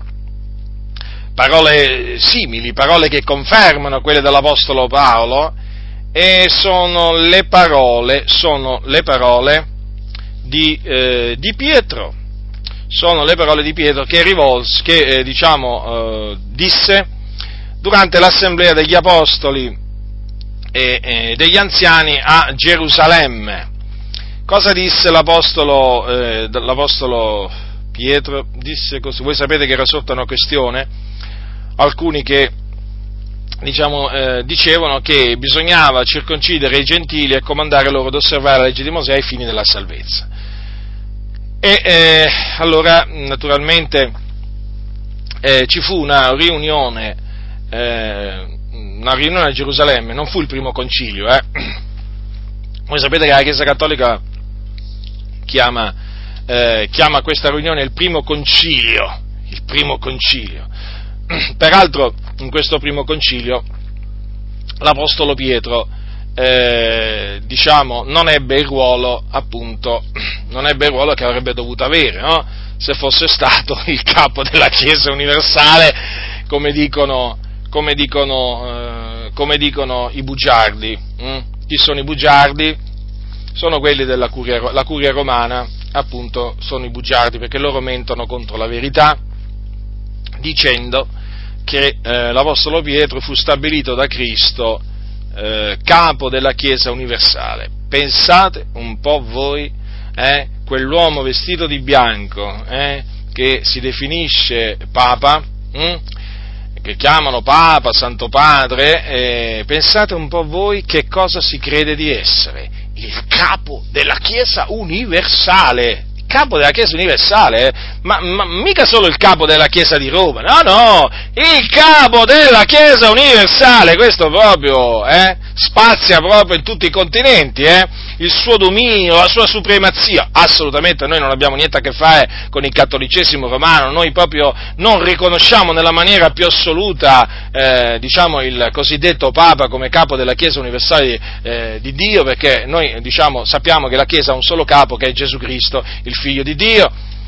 parole simili, parole che confermano quelle dell'apostolo Paolo. E sono le parole, sono le parole di, eh, di Pietro, sono le parole di Pietro che rivolse, che eh, diciamo eh, disse durante l'assemblea degli apostoli e eh, degli anziani a Gerusalemme. Cosa disse l'apostolo, eh, l'apostolo Pietro? Disse così, voi sapete che era sorta una questione, alcuni che diciamo, eh, dicevano che bisognava circoncidere i gentili e comandare loro ad osservare la legge di Mosè ai fini della salvezza. E eh, allora, naturalmente, eh, ci fu una riunione, eh, una riunione a Gerusalemme, non fu il primo concilio, eh. Voi sapete che la Chiesa Cattolica chiama, eh, chiama questa riunione il primo concilio, il primo concilio. Peraltro, in questo primo concilio, l'Apostolo Pietro, eh, diciamo, non ebbe il ruolo, appunto, non ebbe il ruolo che avrebbe dovuto avere, no? Se fosse stato il capo della Chiesa universale, come dicono, come dicono, eh, come dicono i bugiardi. Hm? Chi sono i bugiardi? Sono quelli della curia, la curia romana, appunto, sono i bugiardi, perché loro mentono contro la verità, dicendo che eh, l'Apostolo Pietro fu stabilito da Cristo eh, capo della Chiesa universale. Pensate un po' voi, eh, quell'uomo vestito di bianco, eh, che si definisce Papa, hm? che chiamano Papa, Santo Padre, eh, pensate un po' voi che cosa si crede di essere: il capo della Chiesa universale. Capo della Chiesa universale, eh? ma, ma mica solo il capo della Chiesa di Roma, no, no, il capo della Chiesa universale, questo proprio, eh, spazia proprio in tutti i continenti, eh, il suo dominio, la sua supremazia. Assolutamente noi non abbiamo niente a che fare con il cattolicesimo romano, noi proprio non riconosciamo nella maniera più assoluta, eh, diciamo, il cosiddetto Papa come capo della Chiesa universale eh, di Dio, perché noi, diciamo, sappiamo che la Chiesa ha un solo capo, che è Gesù Cristo, il Figlio di Dio.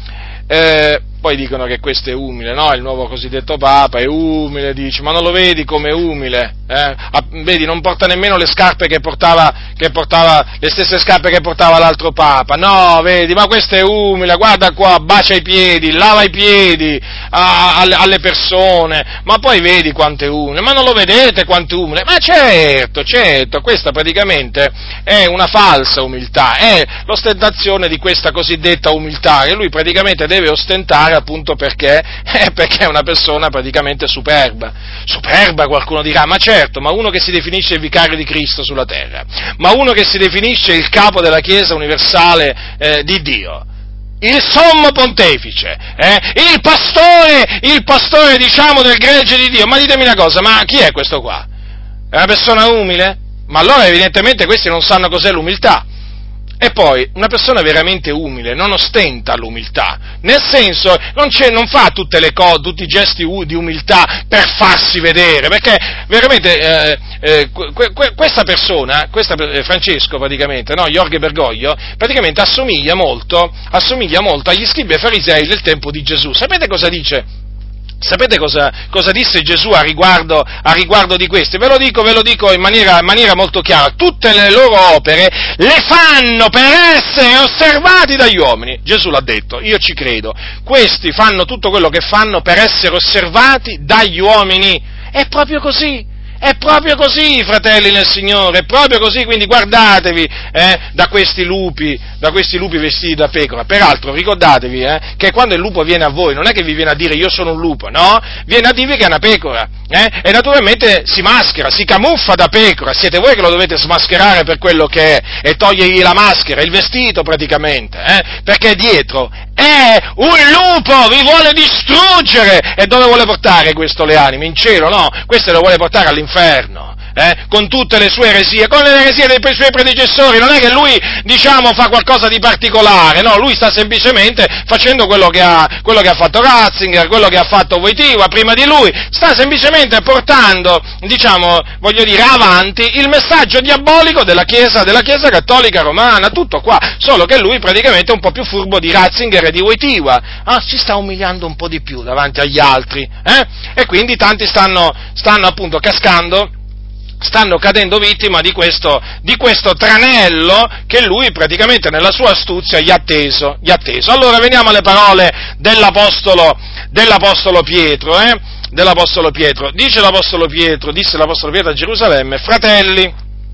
Eh, poi dicono che questo è umile, no? Il nuovo cosiddetto Papa è umile, dice, ma non lo vedi come umile? Eh? Ah, vedi, non porta nemmeno le scarpe che portava, che portava, le stesse scarpe che portava l'altro Papa, no, vedi, ma questo è umile, guarda qua, bacia i piedi, lava i piedi a, a, alle persone, ma poi vedi quanto è umile, ma non lo vedete quanto è umile? Ma certo, certo, questa praticamente è una falsa umiltà, è l'ostentazione di questa cosiddetta umiltà, che lui praticamente deve ostentare appunto perché, eh, perché è una persona praticamente superba, superba qualcuno dirà, ma certo, ma uno che si definisce il vicario di Cristo sulla terra, ma uno che si definisce il capo della Chiesa universale eh, di Dio, il sommo pontefice, eh, il pastore, il pastore diciamo del gregge di Dio, ma ditemi una cosa, ma chi è questo qua? È una persona umile? Ma allora evidentemente questi non sanno cos'è l'umiltà. E poi, una persona veramente umile non ostenta l'umiltà, nel senso, non, c'è, non fa tutte le cose, tutti i gesti di umiltà per farsi vedere, perché veramente eh, eh, que, que, questa persona, questa, eh, Francesco praticamente, no, Jorge Bergoglio, praticamente assomiglia molto, assomiglia molto agli scribi e farisei del tempo di Gesù. Sapete cosa dice? Sapete cosa, cosa disse Gesù a riguardo, a riguardo di questi? Ve lo dico, ve lo dico in maniera, in maniera molto chiara. Tutte le loro opere le fanno per essere osservati dagli uomini. Gesù l'ha detto, io ci credo. Questi fanno tutto quello che fanno per essere osservati dagli uomini. È proprio così. È proprio così, fratelli nel Signore, è proprio così, quindi guardatevi eh, da questi lupi, da questi lupi vestiti da pecora. Peraltro ricordatevi eh, che quando il lupo viene a voi non è che vi viene a dire io sono un lupo, no? Viene a dirvi che è una pecora, eh? E naturalmente si maschera, si camuffa da pecora, siete voi che lo dovete smascherare per quello che è e togliergli la maschera, il vestito praticamente, eh? Perché dietro è un lupo, vi vuole distruggere. E dove vuole portare questo le anime? In cielo, no? Questo lo vuole portare all'inferno, eh? Con tutte le sue eresie, con le eresie dei suoi predecessori. Non è che lui, diciamo, fa qualcosa di particolare, no? Lui sta semplicemente facendo quello che ha, quello che ha fatto Ratzinger, quello che ha fatto Wojtyła prima di lui, sta semplicemente portando, diciamo, voglio dire, avanti il messaggio diabolico della Chiesa, della Chiesa Cattolica Romana, tutto qua, solo che lui praticamente è un po' più furbo di Ratzinger e di Wojtyła, ah, si sta umiliando un po' di più davanti agli altri, eh? E quindi tanti stanno, stanno appunto cascando, stanno cadendo vittima di questo, di questo tranello che lui praticamente nella sua astuzia gli ha teso, gli ha teso. Allora veniamo alle parole dell'apostolo, dell'apostolo Pietro, eh? Dell'apostolo Pietro. Dice l'apostolo Pietro, disse l'apostolo Pietro a Gerusalemme: fratelli,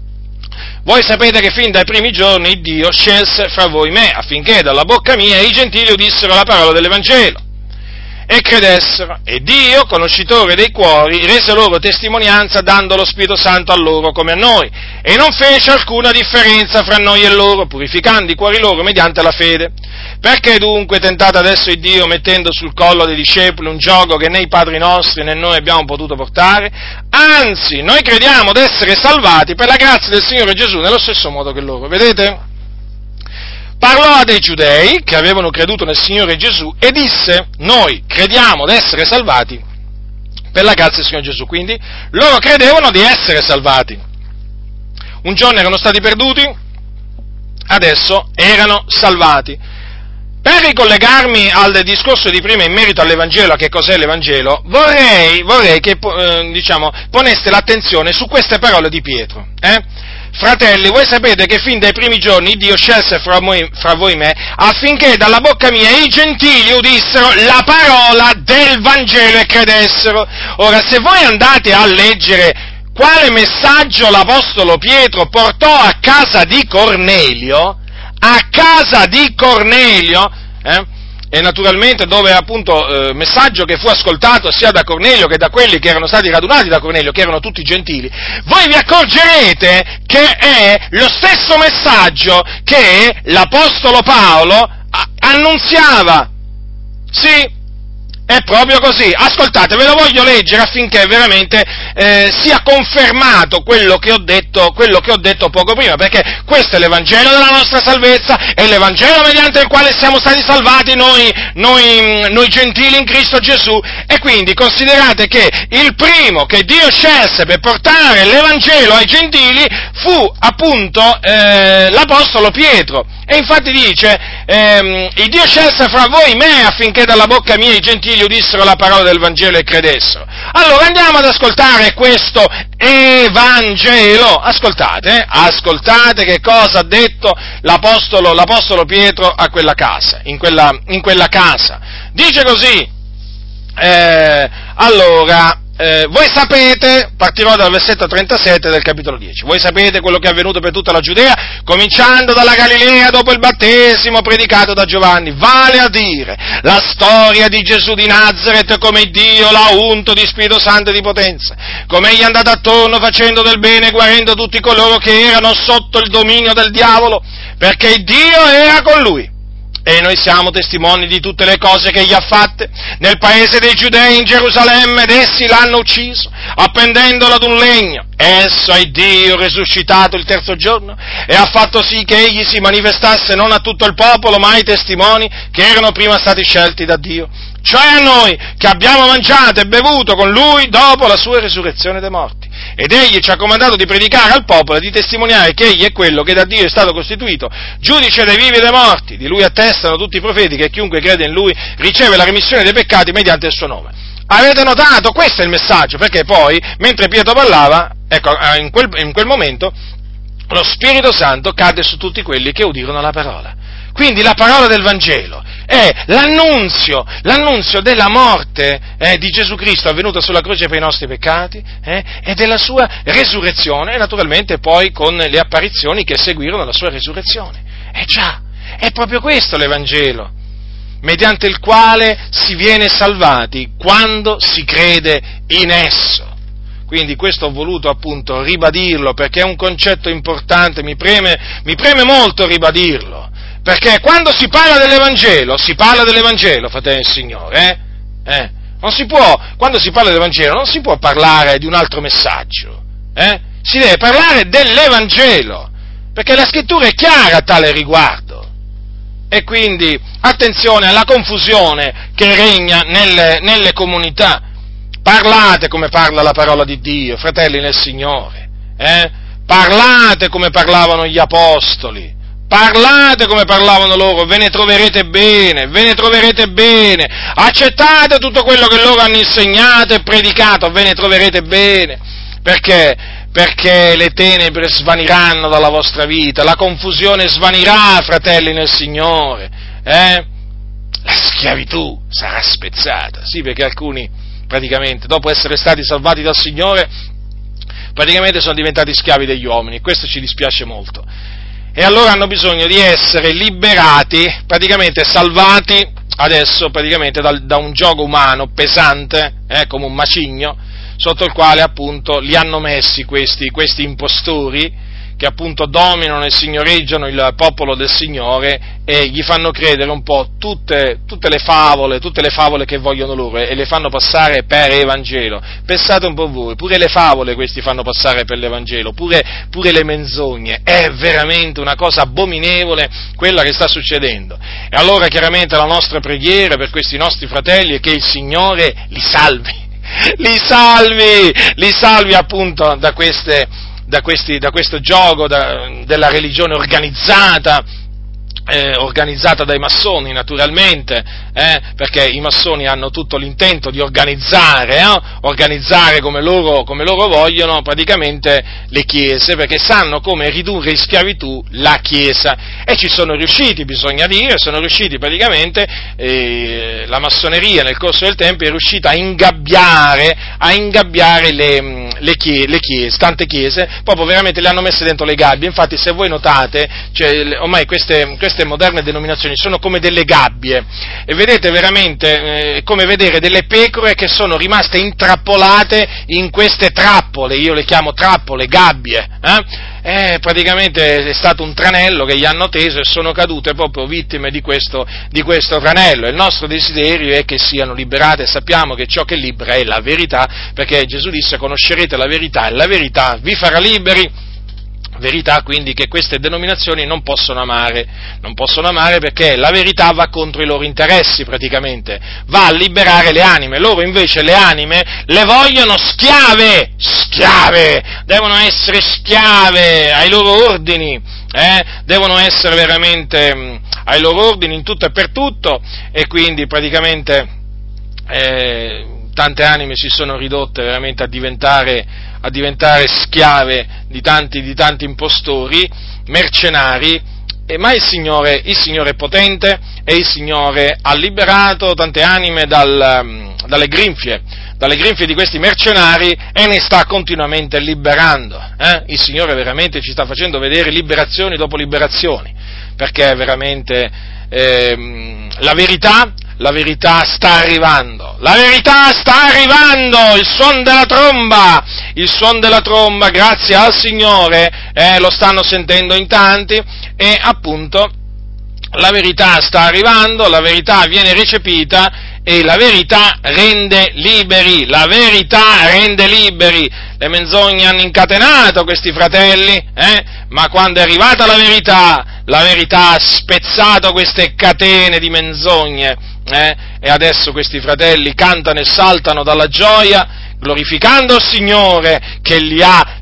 voi sapete che fin dai primi giorni Dio scelse fra voi me, affinché dalla bocca mia i gentili udissero la parola dell'Evangelo. e credessero. E Dio, conoscitore dei cuori, rese loro testimonianza dando lo Spirito Santo a loro come a noi, e non fece alcuna differenza fra noi e loro, purificando i cuori loro mediante la fede. Perché dunque tentate adesso il Dio mettendo sul collo dei discepoli un giogo che né i padri nostri né noi abbiamo potuto portare? Anzi, noi crediamo d'essere salvati per la grazia del Signore Gesù nello stesso modo che loro. Vedete? Parlò a dei giudei che avevano creduto nel Signore Gesù e disse: noi crediamo d'essere salvati per la grazia del Signore Gesù. Quindi loro credevano di essere salvati. Un giorno erano stati perduti, adesso erano salvati. Per ricollegarmi al discorso di prima in merito all'Evangelo, a che cos'è l'Evangelo, vorrei, vorrei che eh, diciamo, poneste l'attenzione su queste parole di Pietro. Eh? Fratelli, voi sapete che fin dai primi giorni Dio scelse fra voi, fra voi me affinché dalla bocca mia i gentili udissero la parola del Vangelo e credessero. Ora, se voi andate a leggere quale messaggio l'Apostolo Pietro portò a casa di Cornelio, a casa di Cornelio, eh? E naturalmente dove appunto eh, messaggio che fu ascoltato sia da Cornelio che da quelli che erano stati radunati da Cornelio, che erano tutti gentili, voi vi accorgerete che è lo stesso messaggio che l'Apostolo Paolo a- annunziava. Sì, è proprio così. Ascoltate, ve lo voglio leggere affinché veramente eh, sia confermato quello che ho detto, quello che ho detto poco prima, perché questo è l'Evangelo della nostra salvezza, è l'Evangelo mediante il quale siamo stati salvati noi, noi, noi gentili in Cristo Gesù, e quindi considerate che il primo che Dio scelse per portare l'Evangelo ai gentili fu appunto eh, l'Apostolo Pietro. E infatti dice, ehm, il Dio scelse fra voi me affinché dalla bocca mia i gentili udissero la parola del Vangelo e credessero. Allora andiamo ad ascoltare questo Evangelo. Ascoltate, eh? ascoltate che cosa ha detto l'Apostolo, l'Apostolo Pietro a quella casa, in quella, in quella casa. Dice così, eh, allora... Eh, voi sapete, partirò dal versetto trentasette del capitolo dieci, voi sapete quello che è avvenuto per tutta la Giudea, cominciando dalla Galilea dopo il battesimo predicato da Giovanni, vale a dire la storia di Gesù di Nazaret, come Dio l'ha unto di Spirito Santo e di potenza, come egli è andato attorno facendo del bene e guarendo tutti coloro che erano sotto il dominio del diavolo, perché Dio era con lui. E noi siamo testimoni di tutte le cose che egli ha fatte nel paese dei Giudei, in Gerusalemme, ed essi l'hanno ucciso, appendendolo ad un legno. Esso è Dio risuscitato il terzo giorno, e ha fatto sì che egli si manifestasse non a tutto il popolo, ma ai testimoni che erano prima stati scelti da Dio, cioè a noi, che abbiamo mangiato e bevuto con lui dopo la sua risurrezione dai morti. Ed egli ci ha comandato di predicare al popolo e di testimoniare che egli è quello che da Dio è stato costituito giudice dei vivi e dei morti. Di lui attestano tutti i profeti che chiunque crede in lui riceve la remissione dei peccati mediante il suo nome. Avete notato? Questo è il messaggio, perché poi, mentre Pietro parlava, ecco, in quel, in quel momento, lo Spirito Santo cadde su tutti quelli che udirono la parola. Quindi la parola del Vangelo è l'annunzio, l'annunzio della morte eh, di Gesù Cristo avvenuta sulla croce per i nostri peccati eh, e della sua resurrezione, e naturalmente poi con le apparizioni che seguirono la sua resurrezione. E già, è proprio questo l'Evangelo, mediante il quale si viene salvati quando si crede in esso. Quindi questo ho voluto appunto ribadirlo, perché è un concetto importante, mi preme, mi preme molto ribadirlo. Perché quando si parla dell'Evangelo, si parla dell'Evangelo, fratelli del Signore, eh? eh? Non si può, quando si parla dell'Evangelo, non si può parlare di un altro messaggio, eh? Si deve parlare dell'Evangelo, perché la Scrittura è chiara a tale riguardo. E quindi, attenzione alla confusione che regna nelle, nelle comunità. Parlate come parla la parola di Dio, fratelli nel Signore, eh? Parlate come parlavano gli apostoli. Parlate come parlavano loro, ve ne troverete bene, ve ne troverete bene, accettate tutto quello che loro hanno insegnato e predicato, ve ne troverete bene, perché? Perché le tenebre svaniranno dalla vostra vita, la confusione svanirà, fratelli nel Signore, eh? La schiavitù sarà spezzata, sì, perché alcuni praticamente, dopo essere stati salvati dal Signore, praticamente sono diventati schiavi degli uomini, questo ci dispiace molto. E allora hanno bisogno di essere liberati, praticamente salvati adesso praticamente da, da un giogo umano pesante, eh, come un macigno, sotto il quale appunto li hanno messi questi, questi impostori, che appunto dominano e signoreggiano il popolo del Signore e gli fanno credere un po' tutte, tutte le favole, tutte le favole che vogliono loro e le fanno passare per Evangelo. Pensate un po' voi, pure le favole questi fanno passare per l'Evangelo, pure, pure le menzogne. È veramente una cosa abominevole quella che sta succedendo. E allora chiaramente la nostra preghiera per questi nostri fratelli è che il Signore li salvi, li salvi, li salvi appunto da queste Da, questi, da questo gioco da, della religione organizzata, eh, organizzata dai massoni naturalmente, eh, perché i massoni hanno tutto l'intento di organizzare, eh, organizzare come loro, come loro vogliono praticamente le chiese, perché sanno come ridurre in schiavitù la Chiesa, e ci sono riusciti, bisogna dire, sono riusciti praticamente, eh, la massoneria nel corso del tempo è riuscita a ingabbiare, a ingabbiare le, le, chiese, le chiese, tante chiese, proprio veramente le hanno messe dentro le gabbie. Infatti se voi notate, cioè, ormai queste, queste moderne denominazioni sono come delle gabbie, e vedete veramente eh, come vedere delle pecore che sono rimaste intrappolate in queste trappole, io le chiamo trappole, gabbie, eh? Eh, praticamente è stato un tranello che gli hanno teso e sono cadute proprio vittime di questo, di questo tranello. Il nostro desiderio è che siano liberate, e sappiamo che ciò che libera è la verità, perché Gesù disse: conoscerete la verità e la verità vi farà liberi. Verità quindi che queste denominazioni non possono amare, non possono amare perché la verità va contro i loro interessi praticamente, va a liberare le anime. Loro invece le anime le vogliono schiave, schiave, devono essere schiave ai loro ordini, eh? devono essere veramente mh, ai loro ordini in tutto e per tutto, e quindi praticamente eh, tante anime si sono ridotte veramente a diventare, a diventare schiave di tanti, di tanti impostori, mercenari, e, ma il Signore, il Signore è potente, e il Signore ha liberato tante anime dal, dalle grinfie, dalle grinfie di questi mercenari, e ne sta continuamente liberando. Eh? Il Signore veramente ci sta facendo vedere liberazioni dopo liberazioni, perché veramente eh, la verità, la verità sta arrivando, la verità sta arrivando, il suon della tromba, il suon della tromba, grazie al Signore, eh, lo stanno sentendo in tanti, e appunto la verità sta arrivando, la verità viene recepita, e la verità rende liberi, la verità rende liberi. Le menzogne hanno incatenato questi fratelli, eh? ma quando è arrivata la verità, la verità ha spezzato queste catene di menzogne, eh? e adesso questi fratelli cantano e saltano dalla gioia, glorificando il Signore che li ha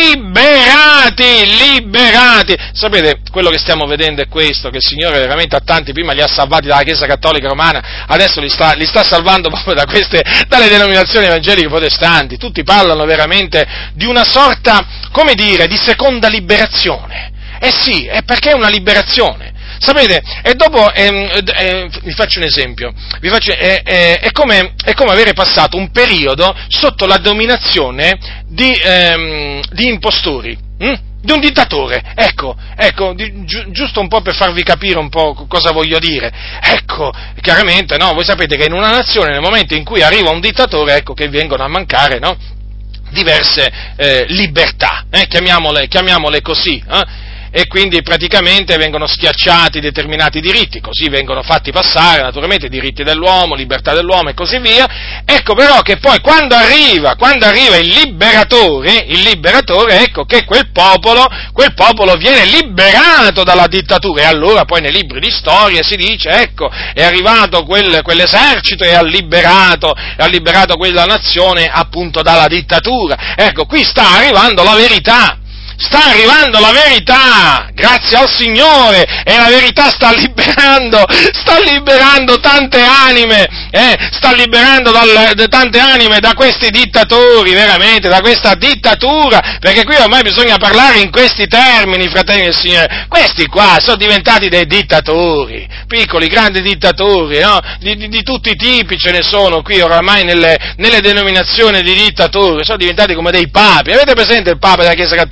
liberati, liberati. Sapete, quello che stiamo vedendo è questo, che il Signore veramente a tanti prima li ha salvati dalla Chiesa Cattolica Romana, adesso li sta, li sta salvando proprio da queste, dalle denominazioni evangeliche protestanti. Tutti parlano veramente di una sorta, come dire, di seconda liberazione. Eh sì, è perché è una liberazione. Sapete, e dopo, eh, eh, vi faccio un esempio, vi faccio, eh, eh, è, come, è come avere passato un periodo sotto la dominazione di, ehm, di impostori, hm? di un dittatore, ecco, ecco, di, gi- giusto un po' per farvi capire un po' cosa voglio dire. Ecco, chiaramente, no, voi sapete che in una nazione, nel momento in cui arriva un dittatore, ecco che vengono a mancare, no, diverse eh, libertà, eh, chiamiamole, chiamiamole così, eh? E quindi praticamente vengono schiacciati determinati diritti, così vengono fatti passare naturalmente i diritti dell'uomo, libertà dell'uomo e così via. Ecco però che poi quando arriva, quando arriva il liberatore, il liberatore, ecco che quel popolo, quel popolo viene liberato dalla dittatura, e allora poi nei libri di storia si dice, ecco, è arrivato quel, quell'esercito e ha liberato, e ha liberato quella nazione appunto dalla dittatura. Ecco, qui sta arrivando la verità. Sta arrivando la verità, grazie al Signore, e la verità sta liberando, sta liberando tante anime, eh, sta liberando dal, de, tante anime da questi dittatori, veramente, da questa dittatura, perché qui ormai bisogna parlare in questi termini, fratelli del Signore. Questi qua sono diventati dei dittatori, piccoli, grandi dittatori, no? Di, di, di tutti i tipi ce ne sono qui oramai nelle, nelle denominazioni di dittatori, sono diventati come dei papi. Avete presente il Papa della Chiesa Cattolica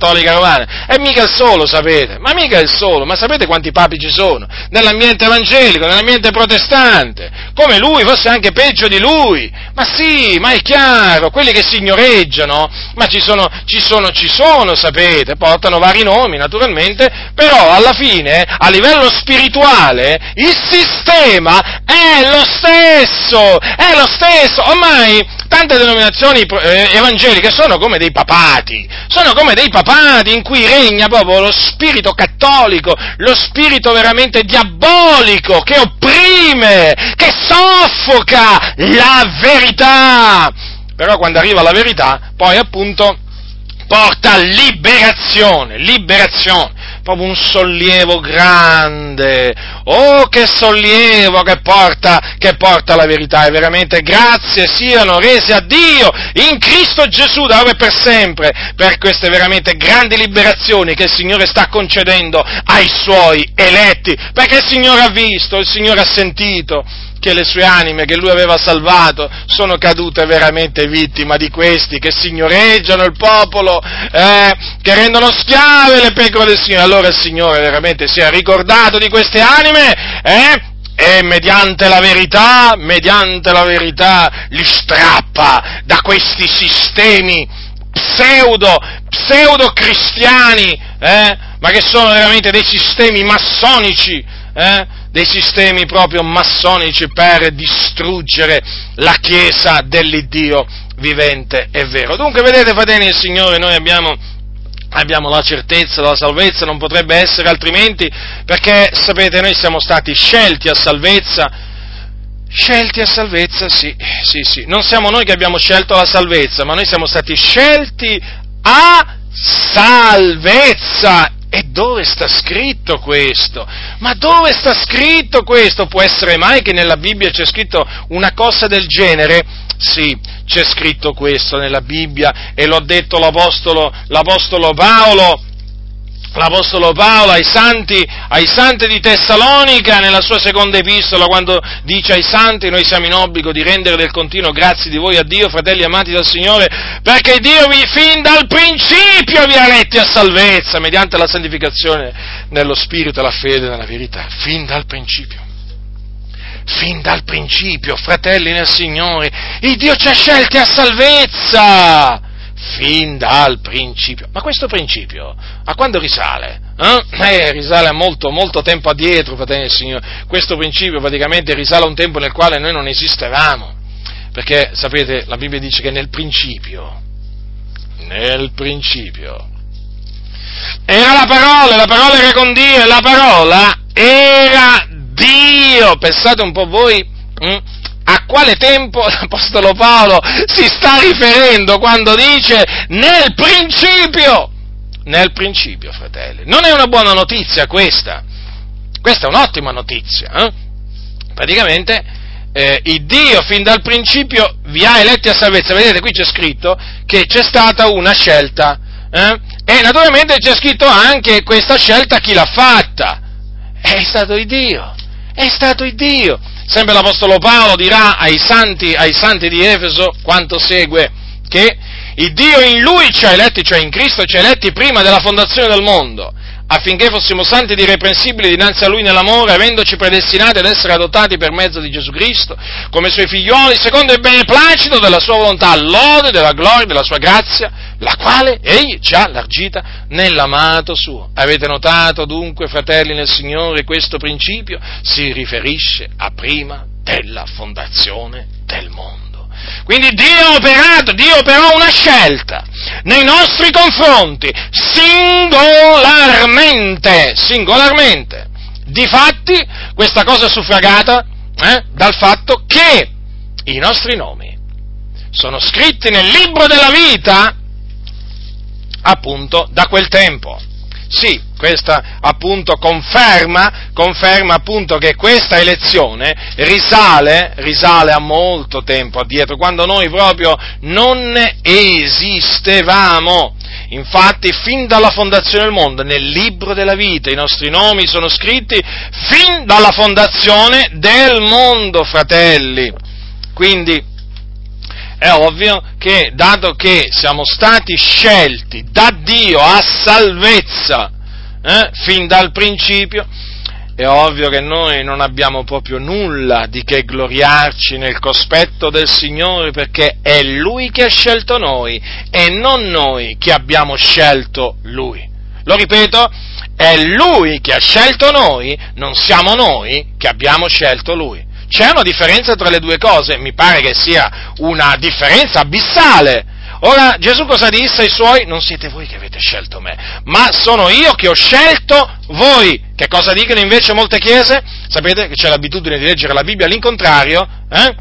rinnovare. E mica il solo, sapete, ma mica il solo, ma sapete quanti papi ci sono? Nell'ambiente evangelico, nell'ambiente protestante, come lui, forse anche peggio di lui, ma sì, ma è chiaro, quelli che signoreggiano, ma ci sono, ci sono, ci sono, sapete, portano vari nomi naturalmente, però alla fine, a livello spirituale, il sistema è lo stesso, è lo stesso, ormai tante denominazioni eh, evangeliche sono come dei papati, sono come dei papati in cui regna proprio lo spirito cattolico, lo spirito veramente diabolico che opprime, che soffoca la verità. Però quando arriva la verità, poi appunto porta liberazione, liberazione. Proprio un sollievo grande, oh che sollievo che porta, che porta la verità, e veramente grazie siano rese a Dio in Cristo Gesù da ora e per sempre, per queste veramente grandi liberazioni che il Signore sta concedendo ai Suoi eletti, perché il Signore ha visto, il Signore ha sentito che le sue anime che Lui aveva salvato sono cadute veramente vittima di questi che signoreggiano il popolo, eh, che rendono schiave le pecore del Signore. Allora il Signore veramente si è ricordato di queste anime, eh, e mediante la verità, mediante la verità li strappa da questi sistemi pseudo, pseudo cristiani, eh, ma che sono veramente dei sistemi massonici, eh, dei sistemi proprio massonici per distruggere la Chiesa dell'Iddio vivente e vero. Dunque, vedete, fratelli del Signore, noi abbiamo, abbiamo la certezza della salvezza, non potrebbe essere altrimenti, perché, sapete, noi siamo stati scelti a salvezza, scelti a salvezza, sì, sì, sì, non siamo noi che abbiamo scelto la salvezza, ma noi siamo stati scelti a salvezza. E dove sta scritto questo? Ma dove sta scritto questo? Può essere mai che nella Bibbia c'è scritto una cosa del genere? Sì, c'è scritto questo nella Bibbia, e l'ho detto l'Apostolo, l'Apostolo Paolo, l'Apostolo Paolo ai santi, ai santi di Tessalonica, nella sua seconda epistola, quando dice ai santi: noi siamo in obbligo di rendere del continuo grazie di voi a Dio, fratelli amati dal Signore, perché Dio vi fin dal principio vi ha eletti a salvezza, mediante la santificazione nello Spirito e la fede nella verità, fin dal principio. Fin dal principio, fratelli nel Signore, il Dio ci ha scelti a salvezza! Fin dal principio. Ma questo principio a quando risale? Eh? Eh, risale a molto, molto tempo addietro, fratelli del Signore. Questo principio praticamente risale a un tempo nel quale noi non esistevamo. Perché, sapete, la Bibbia dice che nel principio, nel principio, era la parola, la parola era con Dio, e la parola era Dio. Pensate un po' voi, hm? A quale tempo l'Apostolo Paolo si sta riferendo quando dice nel principio? Nel principio, fratelli. Non è una buona notizia questa? Questa è un'ottima notizia. Eh? Praticamente eh, il Dio fin dal principio vi ha eletti a salvezza. Vedete, qui c'è scritto che c'è stata una scelta. Eh? E naturalmente c'è scritto anche questa scelta chi l'ha fatta. È stato il Dio. È stato il Dio. Sempre l'Apostolo Paolo dirà ai santi, ai santi di Efeso quanto segue, che il Dio in Lui ci ha eletti, cioè in Cristo ci ha eletti prima della fondazione del mondo, affinché fossimo santi ed irreprensibili dinanzi a Lui nell'amore, avendoci predestinati ad essere adottati per mezzo di Gesù Cristo, come Suoi figlioli, secondo il beneplacito della Sua volontà, all'ode della gloria della Sua grazia, la quale Egli ci ha largita nell'amato Suo. Avete notato dunque, fratelli nel Signore, questo principio si riferisce a prima della fondazione del mondo. Quindi Dio ha operato, Dio operò una scelta nei nostri confronti, singolarmente, singolarmente. Difatti, questa cosa è suffragata eh, dal fatto che i nostri nomi sono scritti nel libro della vita, appunto, da quel tempo. Sì, questa appunto conferma, conferma appunto che questa elezione risale, risale a molto tempo addietro, quando noi proprio non esistevamo. Infatti, fin dalla fondazione del mondo, nel libro della vita, i nostri nomi sono scritti fin dalla fondazione del mondo, fratelli. Quindi, è ovvio che, dato che siamo stati scelti da Dio a salvezza, eh, fin dal principio, è ovvio che noi non abbiamo proprio nulla di che gloriarci nel cospetto del Signore, perché è Lui che ha scelto noi e non noi che abbiamo scelto Lui. Lo ripeto, è Lui che ha scelto noi, non siamo noi che abbiamo scelto Lui. C'è una differenza tra le due cose? Mi pare che sia una differenza abissale. Ora, Gesù cosa disse ai Suoi? Non siete voi che avete scelto me, ma sono io che ho scelto voi. Che cosa dicono invece molte chiese? Sapete che c'è l'abitudine di leggere la Bibbia all'incontrario? Eh?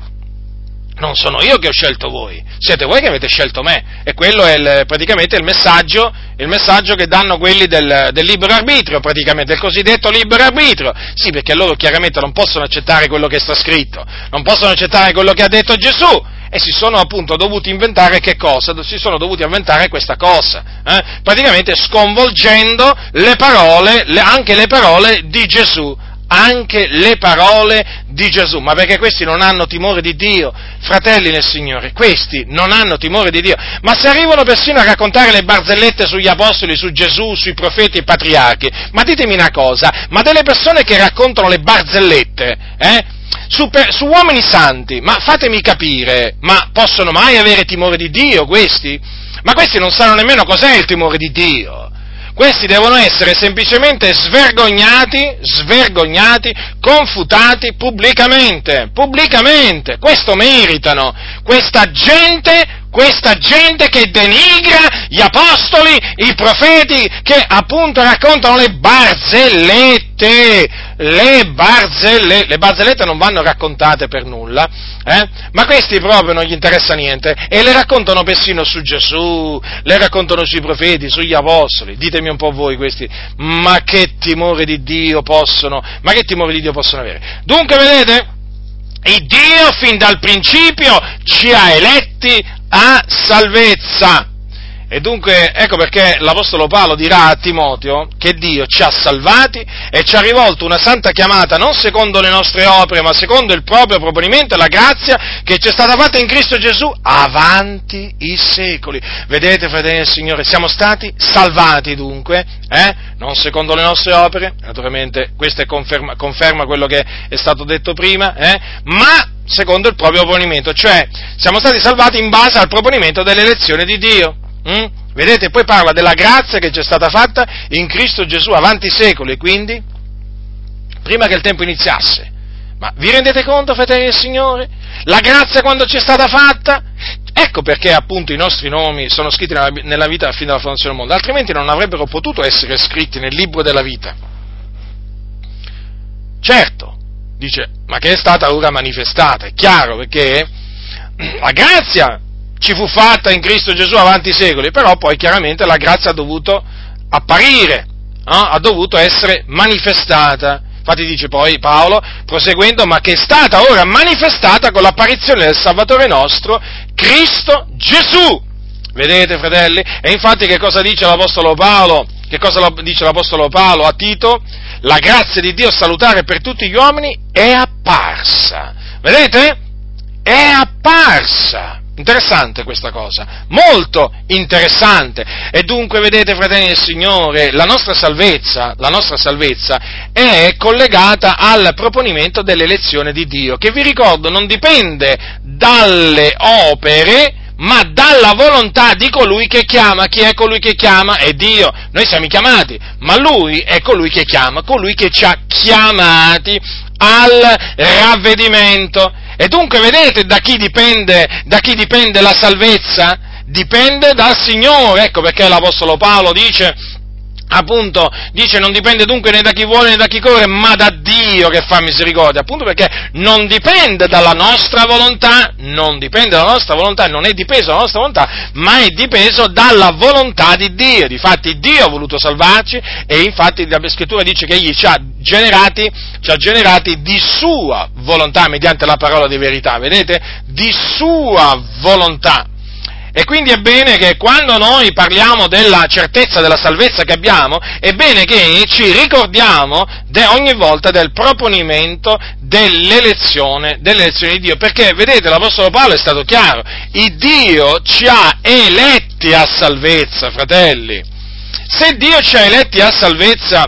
Non sono io che ho scelto voi, siete voi che avete scelto me. E quello è il, praticamente il messaggio, il messaggio che danno quelli del, del libero arbitrio, praticamente, il cosiddetto libero arbitrio. Sì, perché loro chiaramente non possono accettare quello che sta scritto, non possono accettare quello che ha detto Gesù, e si sono appunto dovuti inventare che cosa? Si sono dovuti inventare questa cosa, eh? praticamente sconvolgendo le parole, le, anche le parole di Gesù, anche le parole di Gesù, ma perché questi non hanno timore di Dio, fratelli nel Signore, questi non hanno timore di Dio, ma se arrivano persino a raccontare le barzellette sugli apostoli, su Gesù, sui profeti e patriarchi, ma ditemi una cosa, ma delle persone che raccontano le barzellette, eh? Su, per, su uomini santi, ma fatemi capire, ma possono mai avere timore di Dio questi? Ma questi non sanno nemmeno cos'è il timore di Dio. Questi devono essere semplicemente svergognati, svergognati, confutati pubblicamente, pubblicamente, questo meritano, questa gente, questa gente che denigra gli apostoli, i profeti, che appunto raccontano le barzellette, le barzellette, le barzellette non vanno raccontate per nulla, eh? Ma questi proprio non gli interessa niente, e le raccontano persino su Gesù, le raccontano sui profeti, sugli apostoli. Ditemi un po' voi questi, ma che timore di Dio possono, ma che timore di Dio possono avere? Dunque, vedete, il Dio fin dal principio ci ha eletti a salvezza. E dunque, ecco perché l'Apostolo Paolo dirà a Timoteo che Dio ci ha salvati e ci ha rivolto una santa chiamata non secondo le nostre opere, ma secondo il proprio proponimento e la grazia che ci è stata fatta in Cristo Gesù avanti i secoli. Vedete, fratelli del Signore, siamo stati salvati dunque, eh? Non secondo le nostre opere, naturalmente questo è conferma, conferma quello che è stato detto prima, eh? Ma secondo il proprio proponimento, cioè siamo stati salvati in base al proponimento dell'elezione di Dio. Mm? Vedete, poi parla della grazia che ci è stata fatta in Cristo Gesù avanti i secoli, quindi prima che il tempo iniziasse. Ma vi rendete conto, fratelli del Signore? La grazia quando ci è stata fatta? Ecco perché appunto i nostri nomi sono scritti nella, nella vita fino alla fondazione del mondo, altrimenti non avrebbero potuto essere scritti nel libro della vita. Certo, dice, ma che è stata ora manifestata, è chiaro, perché la grazia ci fu fatta in Cristo Gesù avanti i secoli, però poi chiaramente la grazia ha dovuto apparire, no? Ha dovuto essere manifestata. Infatti dice poi Paolo, proseguendo, ma che è stata ora manifestata con l'apparizione del Salvatore nostro, Cristo Gesù. Vedete, fratelli? E infatti che cosa dice l'Apostolo Paolo? Che cosa dice l'Apostolo Paolo a Tito? La grazia di Dio salutare per tutti gli uomini è apparsa. Vedete? È apparsa. Interessante questa cosa, molto interessante. E dunque, vedete, fratelli del Signore, la nostra salvezza, la nostra salvezza è collegata al proponimento dell'elezione di Dio, che vi ricordo non dipende dalle opere, ma dalla volontà di colui che chiama. Chi è colui che chiama? È Dio. Noi siamo chiamati, ma Lui è colui che chiama, colui che ci ha chiamati al ravvedimento. E dunque vedete da chi dipende, da chi dipende la salvezza? Dipende dal Signore. Ecco perché l'Apostolo Paolo dice, appunto, dice non dipende dunque né da chi vuole né da chi corre, ma da Dio che fa misericordia, appunto perché non dipende dalla nostra volontà, non dipende dalla nostra volontà, non è dipeso dalla nostra volontà, ma è dipeso dalla volontà di Dio. Difatti Dio ha voluto salvarci e infatti la Scrittura dice che Egli ci ha generati, ci ha generati di sua volontà mediante la parola di verità, vedete? Di sua volontà. E quindi è bene che quando noi parliamo della certezza della salvezza che abbiamo, è bene che ci ricordiamo de, ogni volta del proponimento dell'elezione, dell'elezione di Dio, perché vedete l'Apostolo Paolo è stato chiaro, il Dio ci ha eletti a salvezza, fratelli. Se Dio ci ha eletti a salvezza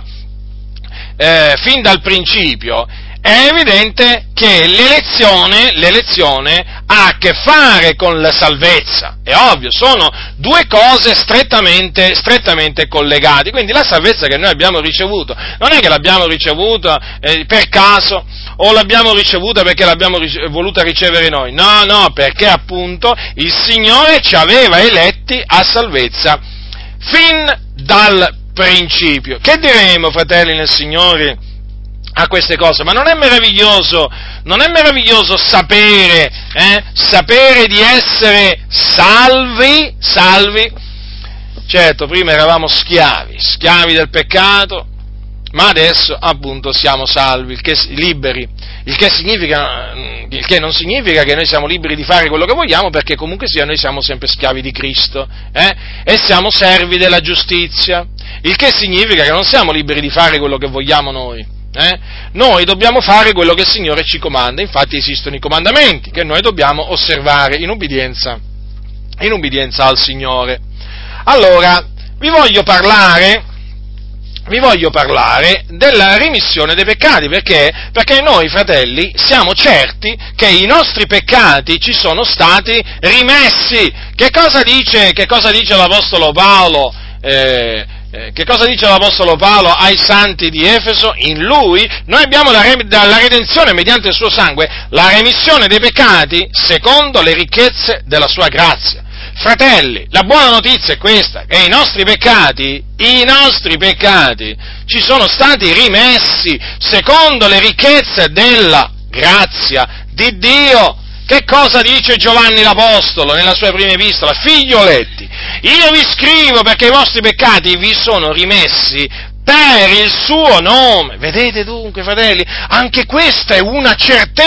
eh, fin dal principio, è evidente che l'elezione, l'elezione ha a che fare con la salvezza, è ovvio, sono due cose strettamente, strettamente collegate, quindi la salvezza che noi abbiamo ricevuto, non è che l'abbiamo ricevuta eh, per caso, o l'abbiamo ricevuta perché l'abbiamo rice- voluta ricevere noi, no, no, perché appunto il Signore ci aveva eletti a salvezza fin dal principio. Che diremo, fratelli nel Signore, a queste cose? Ma non è meraviglioso, non è meraviglioso sapere, eh, sapere di essere salvi, salvi? Certo, prima eravamo schiavi, schiavi del peccato, ma adesso appunto siamo salvi, il che, liberi, il che significa, il che non significa che noi siamo liberi di fare quello che vogliamo, perché comunque sia noi siamo sempre schiavi di Cristo, eh, e siamo servi della giustizia, il che significa che non siamo liberi di fare quello che vogliamo noi. Eh? Noi dobbiamo fare quello che il Signore ci comanda, infatti esistono i comandamenti che noi dobbiamo osservare in ubbidienza, in ubbidienza al Signore. Allora, vi voglio parlare, vi voglio parlare della remissione dei peccati, perché? Perché noi, fratelli, siamo certi che i nostri peccati ci sono stati rimessi. Che cosa dice, che cosa dice l'Apostolo Paolo? Eh, Che cosa dice l'Apostolo Paolo ai santi di Efeso? In lui noi abbiamo la, re- la redenzione mediante il suo sangue, la remissione dei peccati secondo le ricchezze della sua grazia. Fratelli, la buona notizia è questa, che i nostri peccati, i nostri peccati ci sono stati rimessi secondo le ricchezze della grazia di Dio. Che cosa dice Giovanni l'Apostolo nella sua prima epistola? Figlioletti, io vi scrivo perché i vostri peccati vi sono rimessi per il suo nome. Vedete dunque, fratelli, anche questa è una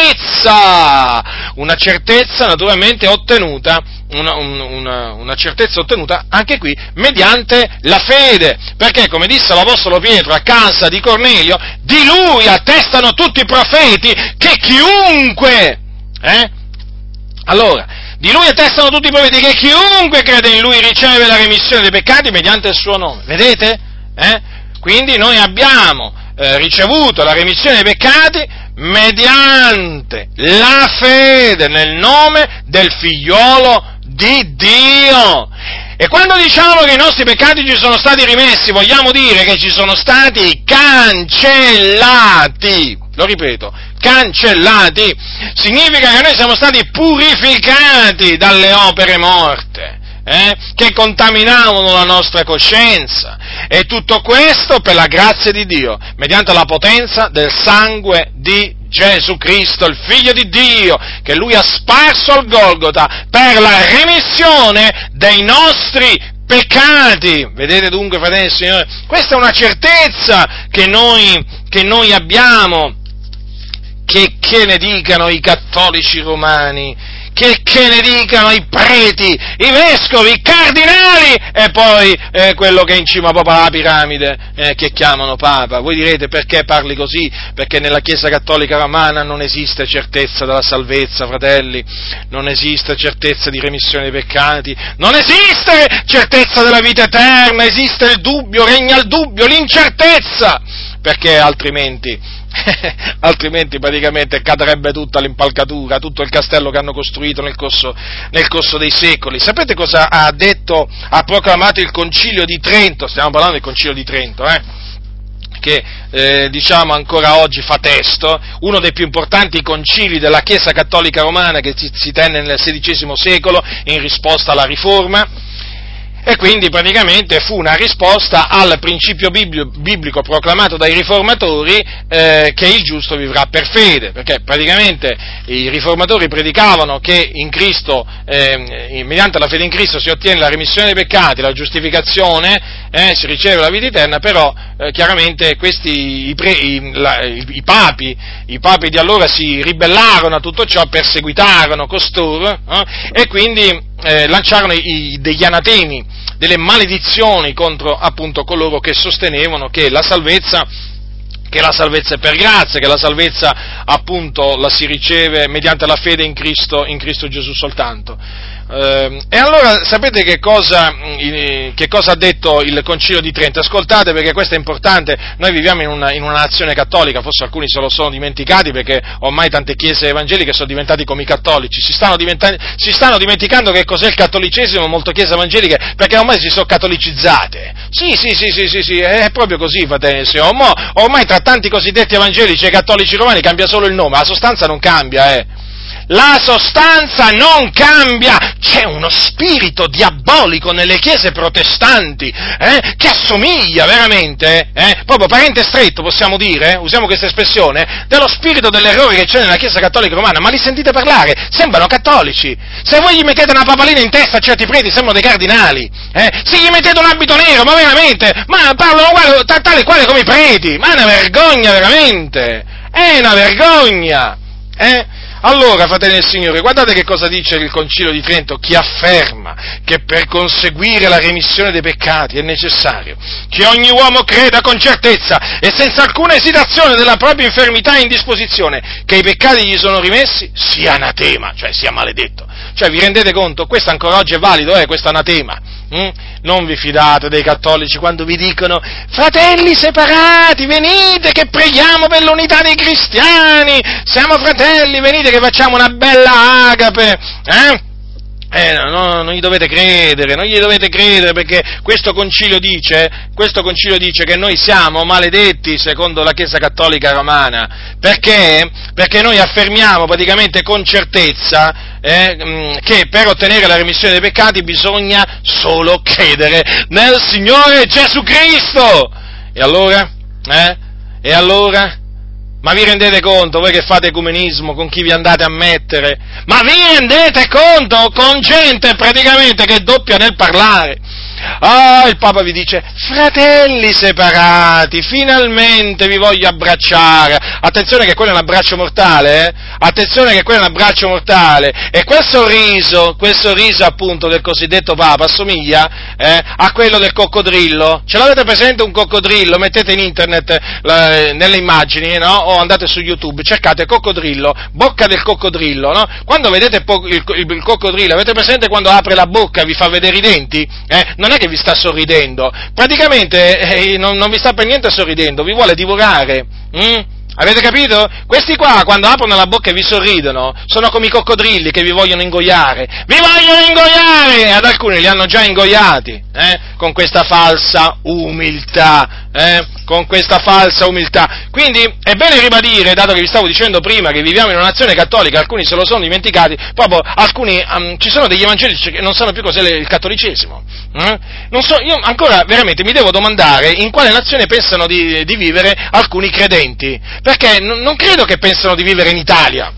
certezza, una certezza naturalmente ottenuta, una, una, una certezza ottenuta anche qui mediante la fede, perché come disse l'Apostolo Pietro a casa di Cornelio, di lui attestano tutti i profeti che chiunque, eh? Allora, di lui attestano tutti i profeti che chiunque crede in lui riceve la remissione dei peccati mediante il suo nome. Vedete? Eh? Quindi noi abbiamo eh, ricevuto la remissione dei peccati mediante la fede nel nome del figliolo di Dio. E quando diciamo che i nostri peccati ci sono stati rimessi, vogliamo dire che ci sono stati cancellati. Lo ripeto, cancellati. Significa che noi siamo stati purificati dalle opere morte, eh, che contaminavano la nostra coscienza. E tutto questo per la grazia di Dio, mediante la potenza del sangue di Gesù Cristo, il Figlio di Dio, che Lui ha sparso al Golgota per la remissione dei nostri peccati. Vedete dunque, fratelli del Signore, questa è una certezza che noi, che noi abbiamo. Che, che ne dicano i cattolici romani, che, che ne dicano i preti, i vescovi, i cardinali e poi eh, quello che è in cima proprio alla piramide, eh, che chiamano Papa. Voi direte perché parli così? Perché nella Chiesa Cattolica Romana non esiste certezza della salvezza, fratelli, non esiste certezza di remissione dei peccati, non esiste certezza della vita eterna, esiste il dubbio, regna il dubbio, l'incertezza, perché altrimenti... altrimenti praticamente cadrebbe tutta l'impalcatura, tutto il castello che hanno costruito nel corso, nel corso dei secoli. Sapete cosa ha detto, ha proclamato il Concilio di Trento? Stiamo parlando del Concilio di Trento, eh? che eh, diciamo ancora oggi fa testo, uno dei più importanti concili della Chiesa Cattolica Romana che si, si tenne nel sedicesimo secolo in risposta alla Riforma. E quindi praticamente fu una risposta al principio biblico proclamato dai riformatori eh, che il giusto vivrà per fede, perché praticamente i riformatori predicavano che in Cristo, eh, mediante la fede in Cristo si ottiene la remissione dei peccati, la giustificazione, eh, si riceve la vita eterna, però eh, chiaramente questi i, pre, i, la, i, i papi, i papi di allora si ribellarono a tutto ciò, perseguitarono costoro, eh, e quindi eh, lanciarono i, degli anatemi, delle maledizioni contro appunto coloro che sostenevano che la salvezza che la salvezza è per grazia, che la salvezza appunto la si riceve mediante la fede in Cristo, in Cristo Gesù soltanto. Eh, e allora sapete che cosa, che cosa ha detto il Concilio di Trento? Ascoltate, perché questo è importante. Noi viviamo in una, in una nazione cattolica, forse alcuni se lo sono dimenticati, perché ormai tante chiese evangeliche sono diventati come i cattolici, si stanno, si stanno dimenticando che cos'è il cattolicesimo, molte chiese evangeliche, perché ormai si sono catolicizzate. Sì, sì, sì, sì, sì, sì, è proprio così, fratelli, ormai, ormai tra tanti cosiddetti evangelici e cattolici romani cambia solo il nome, la sostanza non cambia, eh. La sostanza non cambia, c'è uno spirito diabolico nelle chiese protestanti, eh, che assomiglia veramente, eh, proprio parente stretto possiamo dire, eh, usiamo questa espressione, dello spirito dell'errore che c'è nella Chiesa Cattolica Romana, ma li sentite parlare? Sembrano cattolici. Se voi gli mettete una papalina in testa a certi preti sembrano dei cardinali, eh, se gli mettete un abito nero, ma veramente, ma parlano uguale, tale e quale come i preti, ma è una vergogna veramente, è una vergogna, eh. Allora, fratelli del Signore, guardate che cosa dice il Concilio di Trento, che afferma che per conseguire la remissione dei peccati è necessario che ogni uomo creda con certezza e senza alcuna esitazione della propria infermità e indisposizione, che i peccati gli sono rimessi, sia anatema, cioè sia maledetto. Cioè, vi rendete conto? Questo ancora oggi è valido, eh, questo anatema. Mm? Non vi fidate dei cattolici quando vi dicono: fratelli separati, venite che preghiamo per l'unità dei cristiani, siamo fratelli, venite che facciamo una bella agape, eh? Eh, no, no, non gli dovete credere, non gli dovete credere, perché questo concilio dice, questo concilio dice che noi siamo maledetti secondo la Chiesa Cattolica Romana, perché? Perché noi affermiamo praticamente con certezza eh, che per ottenere la remissione dei peccati bisogna solo credere nel Signore Gesù Cristo. E allora? Eh? E allora? Ma vi rendete conto, voi che fate ecumenismo, con chi vi andate a mettere? Ma vi rendete conto con gente praticamente che doppia nel parlare? Ah, il Papa vi dice: fratelli separati, finalmente vi voglio abbracciare. Attenzione che quello è un abbraccio mortale, eh? Attenzione che quello è un abbraccio mortale. E quel sorriso, quel sorriso appunto del cosiddetto Papa assomiglia eh, a quello del coccodrillo. Ce l'avete presente un coccodrillo? Mettete in internet la, nelle immagini, no? O andate su YouTube, cercate coccodrillo, bocca del coccodrillo, no? Quando vedete il, il, il coccodrillo, avete presente quando apre la bocca e vi fa vedere i denti? Eh? Non è che vi sta sorridendo, praticamente eh, non, non vi sta per niente sorridendo, vi vuole divorare, mm? Avete capito? Questi qua, quando aprono la bocca e vi sorridono, sono come i coccodrilli che vi vogliono ingoiare, vi vogliono ingoiare, ad alcuni li hanno già ingoiati, eh? Con questa falsa umiltà, eh? Con questa falsa umiltà. Quindi è bene ribadire, dato che vi stavo dicendo prima che viviamo in una nazione cattolica, alcuni se lo sono dimenticati, proprio alcuni, um, ci sono degli evangelici che non sanno più cos'è il cattolicesimo. Eh? Non so, io ancora veramente mi devo domandare in quale nazione pensano di, di vivere alcuni credenti, perché n- non credo che pensano di vivere in Italia.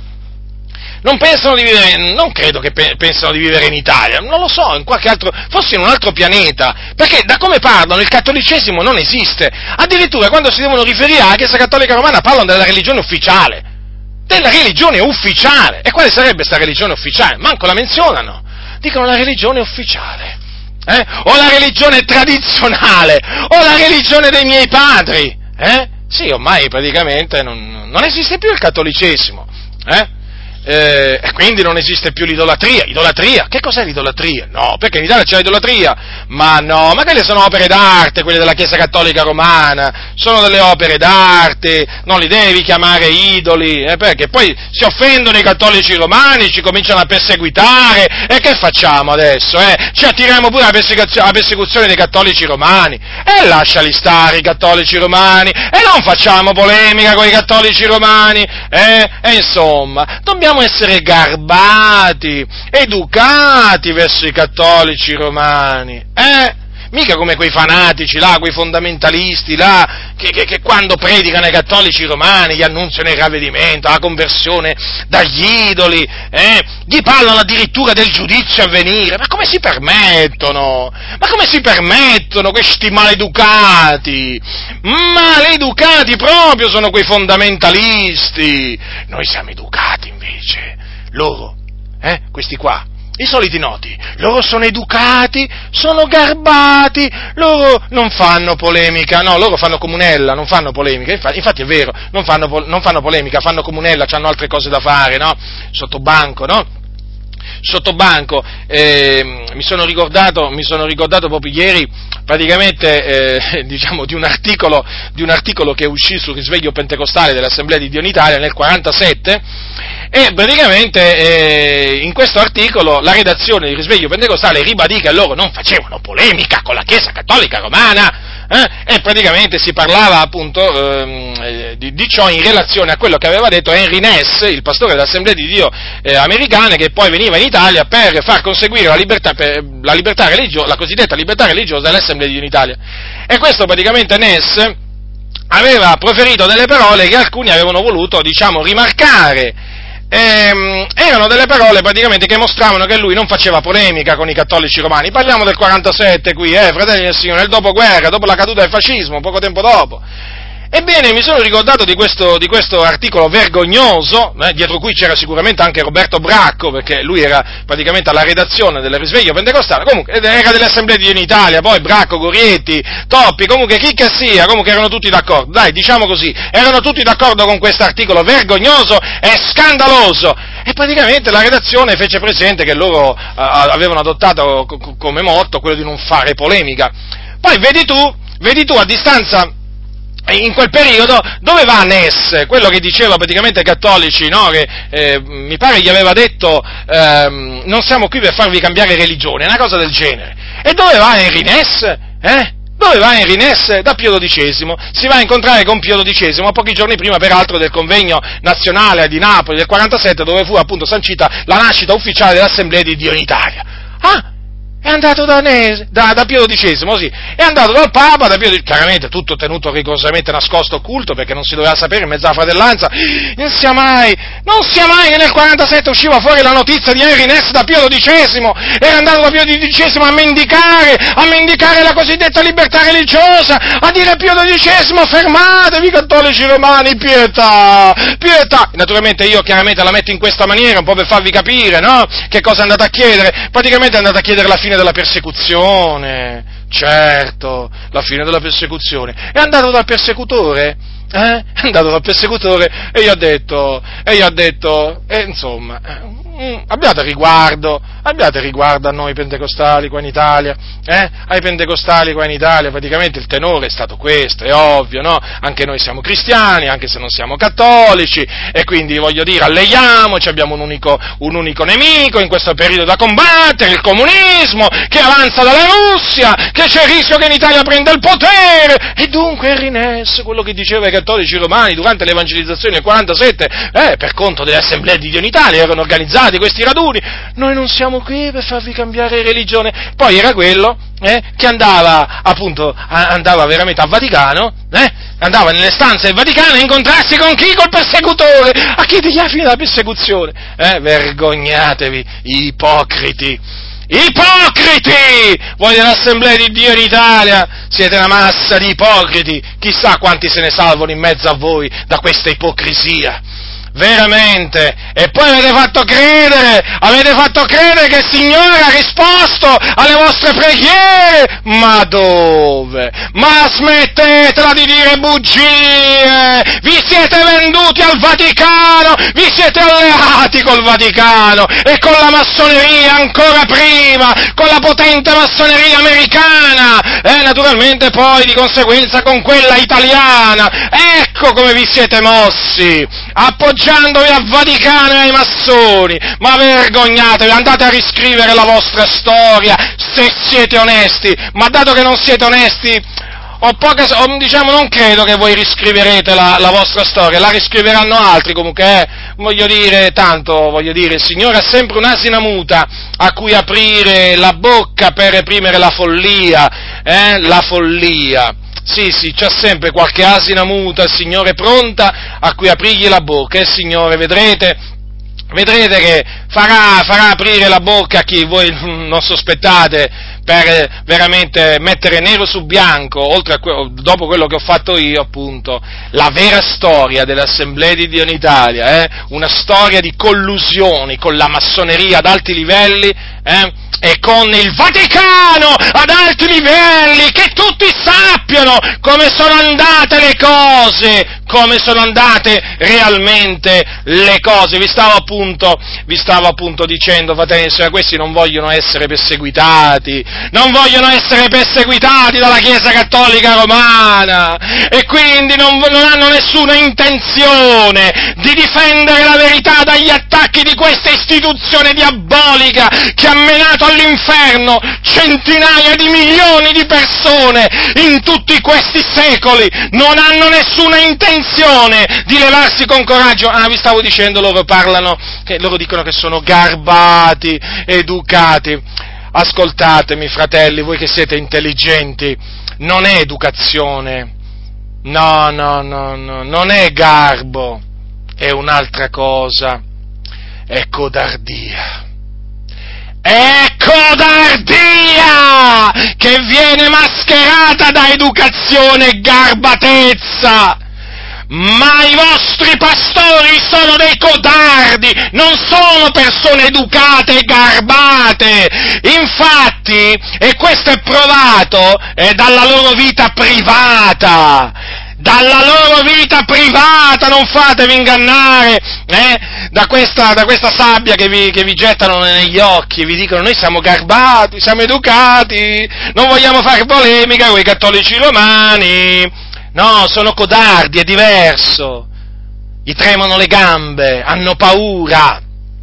Non pensano di vivere, non credo che pe- pensano di vivere in Italia, non lo so, in qualche altro, forse in un altro pianeta, perché da come parlano il cattolicesimo non esiste, addirittura quando si devono riferire alla Chiesa Cattolica Romana parlano della religione ufficiale, della religione ufficiale, e quale sarebbe questa religione ufficiale? Manco la menzionano, dicono la religione ufficiale, eh? O la religione tradizionale, o la religione dei miei padri, eh? Sì, ormai praticamente non, non esiste più il cattolicesimo, eh? Eh, e quindi non esiste più l'idolatria. Idolatria? Che cos'è l'idolatria? No, perché in Italia c'è l'idolatria? Ma no, ma quelle sono opere d'arte, quelle della Chiesa Cattolica Romana, sono delle opere d'arte, non li devi chiamare idoli, eh, perché poi si offendono i cattolici romani, ci cominciano a perseguitare, e che facciamo adesso? Eh? Ci attiriamo pure alla persecuzio- alla persecuzione dei cattolici romani, e lasciali stare i cattolici romani, e non facciamo polemica con i cattolici romani, eh? E insomma, dobbiamo essere garbati, educati verso i cattolici romani, eh? Mica come quei fanatici là, quei fondamentalisti là, che, che, che quando predicano ai cattolici romani gli annunziano il ravvedimento, la conversione dagli idoli, eh? Gli parlano addirittura del giudizio a venire, ma come si permettono? Ma come si permettono questi maleducati? Maleducati proprio sono quei fondamentalisti! Noi siamo educati invece, loro, eh? Questi qua, I soliti noti, loro sono educati, sono garbati, loro non fanno polemica, no, loro fanno comunella, non fanno polemica, infatti, infatti è vero, non fanno, non fanno polemica, fanno comunella, hanno altre cose da fare, no? Sotto banco, no? Sotto banco, eh, mi sono ricordato, mi sono ricordato proprio ieri, praticamente, eh, diciamo, di un articolo, di un articolo che uscì sul risveglio pentecostale dell'Assemblea di Dio in Italia nel quarantasette, e praticamente eh, in questo articolo la redazione del risveglio pentecostale ribadì che loro non facevano polemica con la Chiesa Cattolica Romana, eh, e praticamente si parlava appunto eh, di, di ciò in relazione a quello che aveva detto Henry Ness, il pastore dell'Assemblea di Dio eh, americana, che poi veniva in Italia per far conseguire la libertà, per, la libertà religiosa, la cosiddetta libertà religiosa dell'Assemblea di Dio in Italia. E questo praticamente Ness aveva proferito delle parole che alcuni avevano voluto, diciamo, rimarcare. Ehm, erano delle parole praticamente che mostravano che lui non faceva polemica con i cattolici romani. Parliamo del quarantasette qui, eh, fratelli del Signore, nel dopoguerra, dopo la caduta del fascismo, poco tempo dopo. Ebbene, mi sono ricordato di questo, di questo articolo vergognoso, eh, dietro cui c'era sicuramente anche Roberto Bracco, perché lui era praticamente alla redazione del risveglio pentecostale, comunque era dell'Assemblea di Dio in Italia, poi Bracco, Gorietti, Toppi, comunque chi che sia, comunque erano tutti d'accordo, dai, diciamo così, erano tutti d'accordo con questo articolo vergognoso e scandaloso, e praticamente la redazione fece presente che loro uh, avevano adottato co- come motto quello di non fare polemica. Poi vedi tu, vedi tu a distanza, in quel periodo, dove va Ness, quello che diceva praticamente ai cattolici, no? Che eh, mi pare gli aveva detto ehm, non siamo qui per farvi cambiare religione, una cosa del genere. E dove va Henry Ness? Eh? Dove va Henry Ness? Da Pio dodicesimo. Si va a incontrare con Pio dodicesimo, pochi giorni prima peraltro del convegno nazionale di Napoli del quarantasette, dove fu appunto sancita la nascita ufficiale dell'Assemblea di Dio in Italia. Ah! È andato da, Nese, da, da Pio dodicesimo, sì, è andato dal Papa, da Pio dodicesimo, chiaramente tutto tenuto rigorosamente nascosto, occulto, perché non si doveva sapere in mezzo alla fratellanza, non sia mai, non sia mai che nel quarantasette usciva fuori la notizia di Henry Ness da Pio dodicesimo, era andato da Pio dodicesimo a mendicare, a mendicare la cosiddetta libertà religiosa, a dire a Pio dodicesimo fermatevi cattolici romani, pietà, pietà, naturalmente io chiaramente la metto in questa maniera, un po' per farvi capire, no, che cosa è andato a chiedere, praticamente è andato a chiedere la fine della persecuzione, certo, la fine della persecuzione, è andato dal persecutore, eh? È andato dal persecutore e gli ha detto, e gli ha detto, eh, insomma, eh, abbiate riguardo, abbiate riguardo a noi pentecostali qua in Italia, eh? Ai pentecostali qua in Italia, praticamente il tenore è stato questo, è ovvio, no? Anche noi siamo cristiani, anche se non siamo cattolici, e quindi voglio dire, alleiamoci, abbiamo un unico, un unico nemico in questo periodo da combattere, il comunismo, che avanza dalla Russia, che c'è il rischio che in Italia prenda il potere, e dunque Henry Ness, quello che diceva ai cattolici romani durante l'evangelizzazione del quarantasette, eh, per conto delle assemblee di Dio in Italia, erano organizzati questi raduni, noi non siamo qui per farvi cambiare religione. Poi era quello eh, che andava appunto a, andava veramente al Vaticano, eh, andava nelle stanze del Vaticano a incontrarsi con chi? Col persecutore, a chiedergli la fine della persecuzione. Eh, vergognatevi, ipocriti! Ipocriti! Voi dell'Assemblea di Dio in Italia siete una massa di ipocriti, chissà quanti se ne salvano in mezzo a voi da questa ipocrisia. Veramente, e poi avete fatto credere, avete fatto credere che il Signore ha risposto alle vostre preghiere, ma dove? Ma smettetela di dire bugie, vi siete venduti al Vaticano, vi siete alleati col Vaticano e con la massoneria ancora prima, con la potente massoneria americana e naturalmente poi di conseguenza con quella italiana, ecco come vi siete mossi, appoggiandovi al Vaticano e ai massoni, ma vergognatevi, andate a riscrivere la vostra storia, se siete onesti, ma dato che non siete onesti, o poche, o, diciamo, non credo che voi riscriverete la, la vostra storia, la riscriveranno altri comunque, eh, voglio dire, tanto, voglio dire, il Signore ha sempre un'asina muta a cui aprire la bocca per reprimere la follia, eh, la follia. Sì, sì, c'è sempre qualche asina muta, il Signore pronta a cui aprirgli la bocca, e il Signore, vedrete, vedrete che farà, farà aprire la bocca a chi voi non sospettate, per veramente mettere nero su bianco, oltre a que- dopo quello che ho fatto io, appunto, la vera storia delle Assemblee di Dio in Italia, eh? Una storia di collusioni con la massoneria ad alti livelli, eh? E con il Vaticano ad alti livelli, che tutti sappiano come sono andate le cose, come sono andate realmente le cose. Vi stavo appunto, vi stavo appunto dicendo, fratelli e sorelle, questi non vogliono essere perseguitati, non vogliono essere perseguitati dalla Chiesa Cattolica Romana, e quindi non, non hanno nessuna intenzione di difendere la verità dagli attacchi di questa istituzione diabolica che ha menato all'inferno centinaia di milioni di persone in tutti questi secoli. Non hanno nessuna intenzione di levarsi con coraggio. Ah, vi stavo dicendo, loro parlano, che loro dicono che sono garbati, educati. Ascoltatemi, fratelli, voi che siete intelligenti, non è educazione, no, no, no, no, non è garbo, è un'altra cosa, è codardia. È codardia che viene mascherata da educazione e garbatezza. Ma i vostri pastori sono dei codardi, non sono persone educate e garbate. Infatti, e questo è provato, è dalla loro vita privata. Dalla loro vita privata, non fatevi ingannare eh, da, questa, da questa sabbia che vi, che vi gettano negli occhi, vi dicono noi siamo garbati, siamo educati, non vogliamo fare polemica con i cattolici romani. No, sono codardi, è diverso, gli tremano le gambe, hanno paura.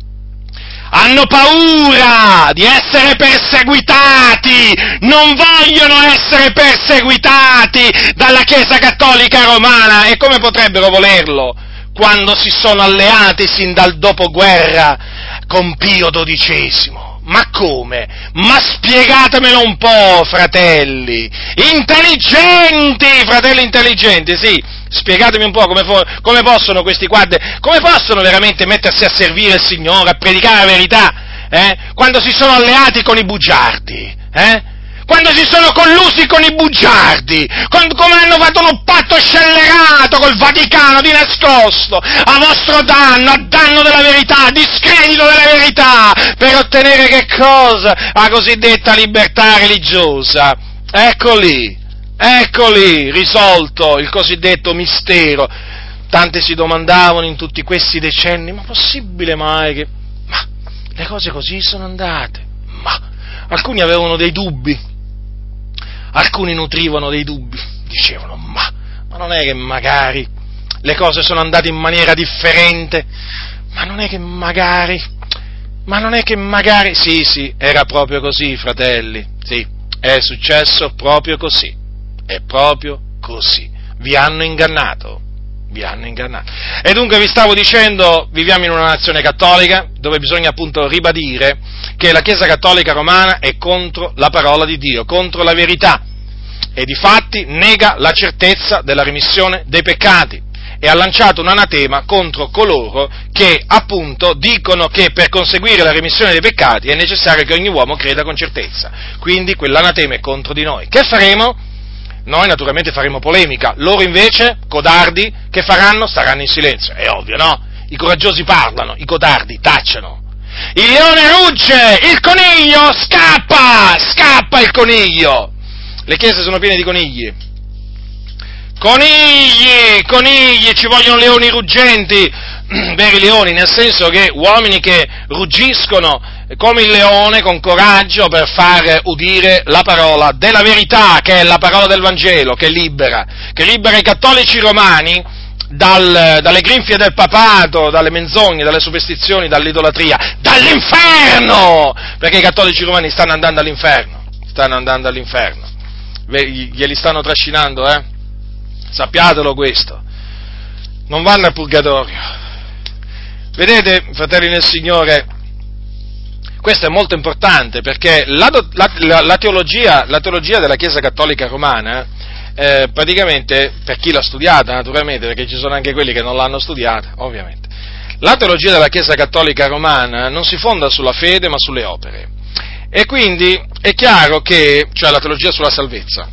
Hanno paura di essere perseguitati, non vogliono essere perseguitati dalla Chiesa Cattolica Romana, e come potrebbero volerlo quando si sono alleati sin dal dopoguerra con Pio dodicesimo? Ma come? Ma spiegatemelo un po', fratelli, intelligenti, fratelli intelligenti, sì, spiegatemi un po' come, for- come possono questi qua, come possono veramente mettersi a servire il Signore, a predicare la verità, eh? Quando si sono alleati con i bugiardi, eh? Quando si sono collusi con i bugiardi, quando, come hanno fatto un patto scellerato col Vaticano di nascosto, a vostro danno, a danno della verità, a discredito della verità, per ottenere che cosa? La cosiddetta libertà religiosa. Ecco lì, ecco lì, risolto il cosiddetto mistero. Tanti si domandavano in tutti questi decenni, ma possibile mai che... Ma le cose così sono andate? Ma alcuni avevano dei dubbi. Alcuni nutrivano dei dubbi, dicevano, ma, ma non è che magari le cose sono andate in maniera differente, ma non è che magari, ma non è che magari, sì, sì, era proprio così, fratelli, sì, è successo proprio così, è proprio così, vi hanno ingannato, vi hanno ingannato. E dunque vi stavo dicendo, viviamo in una nazione cattolica, dove bisogna appunto ribadire che la Chiesa Cattolica Romana è contro la parola di Dio, contro la verità, e difatti nega la certezza della remissione dei peccati, e ha lanciato un anatema contro coloro che appunto dicono che per conseguire la remissione dei peccati è necessario che ogni uomo creda con certezza. Quindi quell'anatema è contro di noi. Che faremo? Noi naturalmente faremo polemica, loro invece, codardi, che faranno? Staranno in silenzio, è ovvio, no? I coraggiosi parlano, i codardi tacciono. Il leone rugge, il coniglio scappa, scappa il coniglio. Le chiese sono piene di conigli. Conigli, conigli, ci vogliono leoni ruggenti, veri leoni, nel senso che uomini che ruggiscono come il leone con coraggio per far udire la parola della verità, che è la parola del Vangelo, che libera, che libera i cattolici romani dal, dalle grinfie del papato, dalle menzogne, dalle superstizioni, dall'idolatria, dall'inferno, perché i cattolici romani stanno andando all'inferno, stanno andando all'inferno, glieli stanno trascinando, eh? Sappiatelo questo, non vanno al purgatorio. Vedete, fratelli nel Signore, questo è molto importante, perché la, la, la, teologia, la teologia della Chiesa Cattolica Romana, eh, praticamente, per chi l'ha studiata naturalmente, perché ci sono anche quelli che non l'hanno studiata, ovviamente, La teologia della Chiesa Cattolica Romana non si fonda sulla fede ma sulle opere, e quindi è chiaro che, cioè la teologia sulla salvezza,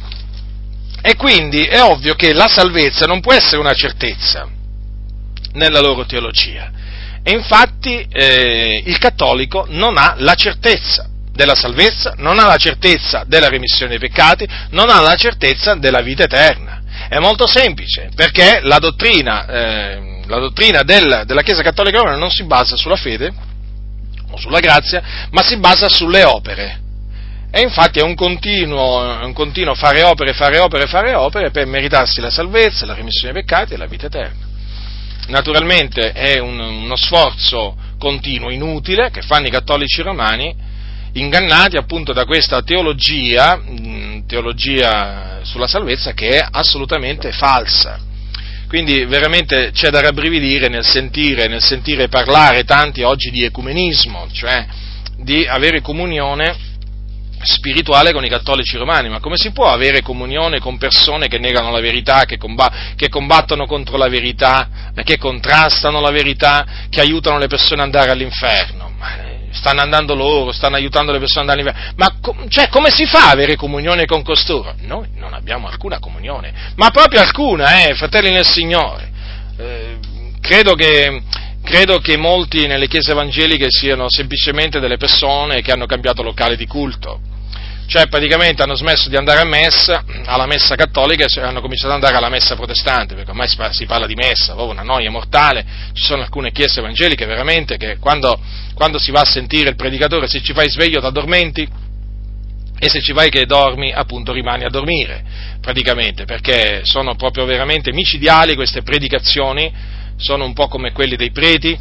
e quindi è ovvio che la salvezza non può essere una certezza nella loro teologia, e infatti eh, il cattolico non ha la certezza della salvezza, non ha la certezza della remissione dei peccati, non ha la certezza della vita eterna. È molto semplice, perché la dottrina, eh, la dottrina del, della Chiesa Cattolica Romana non si basa sulla fede o sulla grazia, ma si basa sulle opere. E infatti è un continuo, un continuo fare opere, fare opere, fare opere per meritarsi la salvezza, la remissione dei peccati e la vita eterna. Naturalmente è un, uno sforzo continuo, inutile, che fanno i cattolici romani, ingannati appunto da questa teologia, teologia sulla salvezza, che è assolutamente falsa. Quindi veramente c'è da rabbrividire nel sentire, nel sentire parlare tanti oggi di ecumenismo, cioè di avere comunione spirituale con i cattolici romani. Ma come si può avere comunione con persone che negano la verità, che, comb- che combattono contro la verità, che contrastano la verità, che aiutano le persone ad andare all'inferno? Ma stanno andando loro, stanno aiutando le persone ad andare all'inferno. Ma com- cioè, come si fa ad avere comunione con costoro? Noi non abbiamo alcuna comunione, ma proprio alcuna, eh, fratelli nel Signore. Eh, credo che Credo che molti nelle chiese evangeliche siano semplicemente delle persone che hanno cambiato locale di culto, cioè praticamente hanno smesso di andare a messa, alla messa cattolica, e hanno cominciato ad andare alla messa protestante, perché ormai si parla di messa, proprio una noia mortale. Ci sono alcune chiese evangeliche veramente che quando, quando si va a sentire il predicatore, se ci fai sveglio ti addormenti, e se ci vai che dormi, appunto rimani a dormire, praticamente, perché sono proprio veramente micidiali queste predicazioni. Sono un po' come quelli dei preti,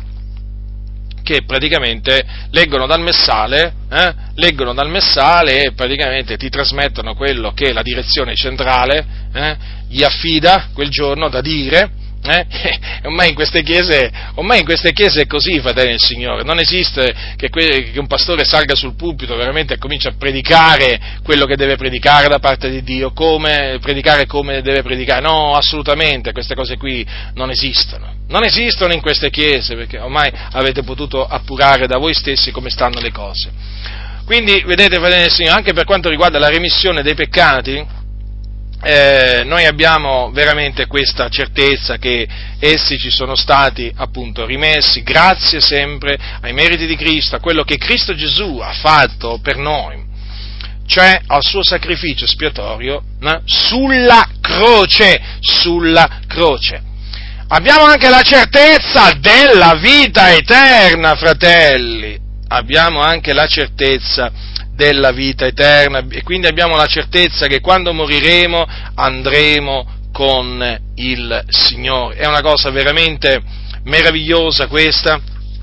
che praticamente leggono dal messale, eh, leggono dal messale e praticamente ti trasmettono quello che la direzione centrale eh, gli affida quel giorno da dire. Eh? Ormai in queste chiese, ormai in queste chiese è così, fratelli del Signore. Non esiste che, que- che un pastore salga sul pulpito veramente e comincia a predicare quello che deve predicare da parte di Dio, come predicare come deve predicare. No, assolutamente, queste cose qui non esistono. Non esistono in queste chiese, perché ormai avete potuto appurare da voi stessi come stanno le cose. Quindi, vedete, fratelli del Signore, anche per quanto riguarda la remissione dei peccati, Eh, noi abbiamo veramente questa certezza che essi ci sono stati appunto rimessi grazie sempre ai meriti di Cristo, a quello che Cristo Gesù ha fatto per noi, cioè al suo sacrificio espiatorio eh, sulla croce, sulla croce. Abbiamo anche la certezza della vita eterna, fratelli, abbiamo anche la certezza della vita eterna, e quindi abbiamo la certezza che quando moriremo andremo con il Signore. È una cosa veramente meravigliosa questa.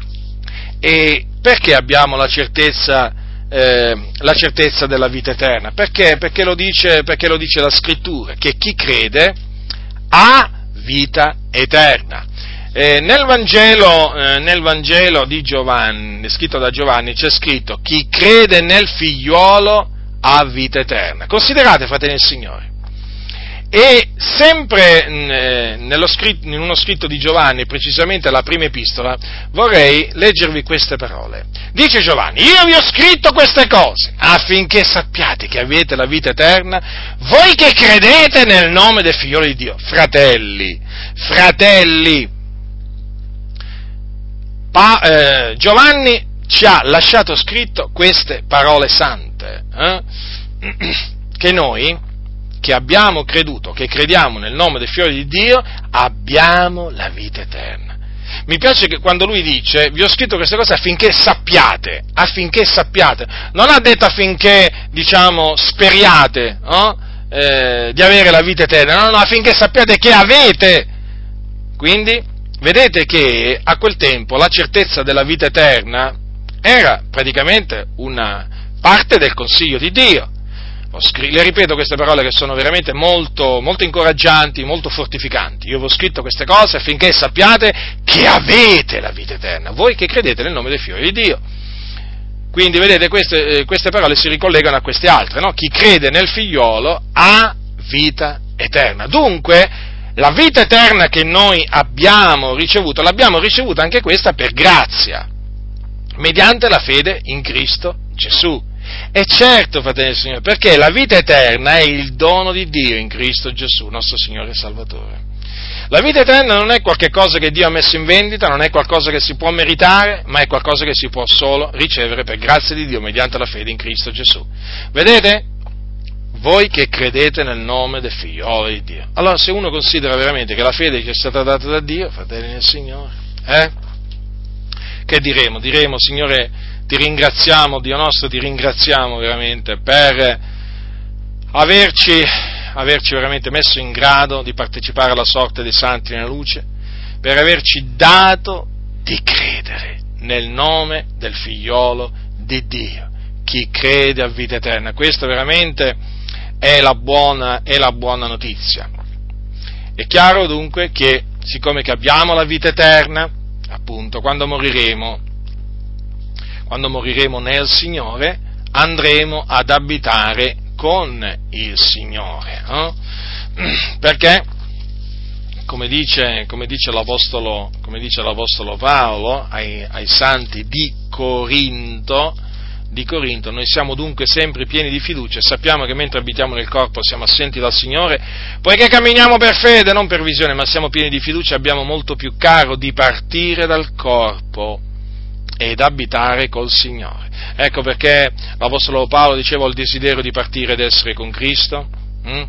E perché abbiamo la certezza, eh, la certezza della vita eterna? Perché? Perché lo dice, perché lo dice la Scrittura, che chi crede ha vita eterna. Eh, nel Vangelo, eh, nel Vangelo di Giovanni, scritto da Giovanni, c'è scritto: chi crede nel figliuolo ha vita eterna. Considerate, fratelli del Signore. E sempre eh, nello scritto, in uno scritto di Giovanni, precisamente la prima epistola, vorrei leggervi queste parole. Dice Giovanni: io vi ho scritto queste cose affinché sappiate che avete la vita eterna, voi che credete nel nome del figliolo di Dio. Fratelli, fratelli, Pa, eh, Giovanni ci ha lasciato scritto queste parole sante, eh? che noi, che abbiamo creduto, che crediamo nel nome del Figlio di Dio, abbiamo la vita eterna. Mi piace che quando lui dice: vi ho scritto queste cose affinché sappiate, affinché sappiate, non ha detto affinché, diciamo, speriate, no? eh, di avere la vita eterna, no, no, affinché sappiate che avete. Quindi vedete che a quel tempo la certezza della vita eterna era praticamente una parte del consiglio di Dio. Le ripeto queste parole che sono veramente molto, molto incoraggianti, molto fortificanti. Io vi ho scritto queste cose affinché sappiate che avete la vita eterna, voi che credete nel nome del Figlio di Dio. Quindi vedete, queste, queste parole si ricollegano a queste altre, no? Chi crede nel figliolo ha vita eterna. Dunque, la vita eterna che noi abbiamo ricevuto, l'abbiamo ricevuta anche questa per grazia, mediante la fede in Cristo Gesù. E certo, fratelli del Signore, perché la vita eterna è il dono di Dio in Cristo Gesù, nostro Signore e Salvatore. La vita eterna non è qualche cosa che Dio ha messo in vendita, non è qualcosa che si può meritare, ma è qualcosa che si può solo ricevere per grazia di Dio mediante la fede in Cristo Gesù. Vedete? Voi che credete nel nome del Figliolo di Dio. Allora, se uno considera veramente che la fede ci è stata data da Dio, fratelli nel Signore, eh? Che diremo? Diremo, Signore, ti ringraziamo, Dio nostro, ti ringraziamo veramente per averci, averci veramente messo in grado di partecipare alla sorte dei santi nella luce, per averci dato di credere nel nome del Figliolo di Dio. Chi crede a vita eterna. Questa veramente è la buona, è la buona notizia. È chiaro dunque che, siccome che abbiamo la vita eterna, appunto, quando moriremo, quando moriremo nel Signore, andremo ad abitare con il Signore, no? Perché, come dice, come dice l'Apostolo, come dice l'Apostolo Paolo ai, ai santi di Corinto, di Corinto, noi siamo dunque sempre pieni di fiducia e sappiamo che mentre abitiamo nel corpo siamo assenti dal Signore, poiché camminiamo per fede, non per visione, ma siamo pieni di fiducia, abbiamo molto più caro di partire dal corpo ed abitare col Signore. Ecco perché l'Apostolo Paolo diceva: ho il desiderio di partire ed essere con Cristo, hm?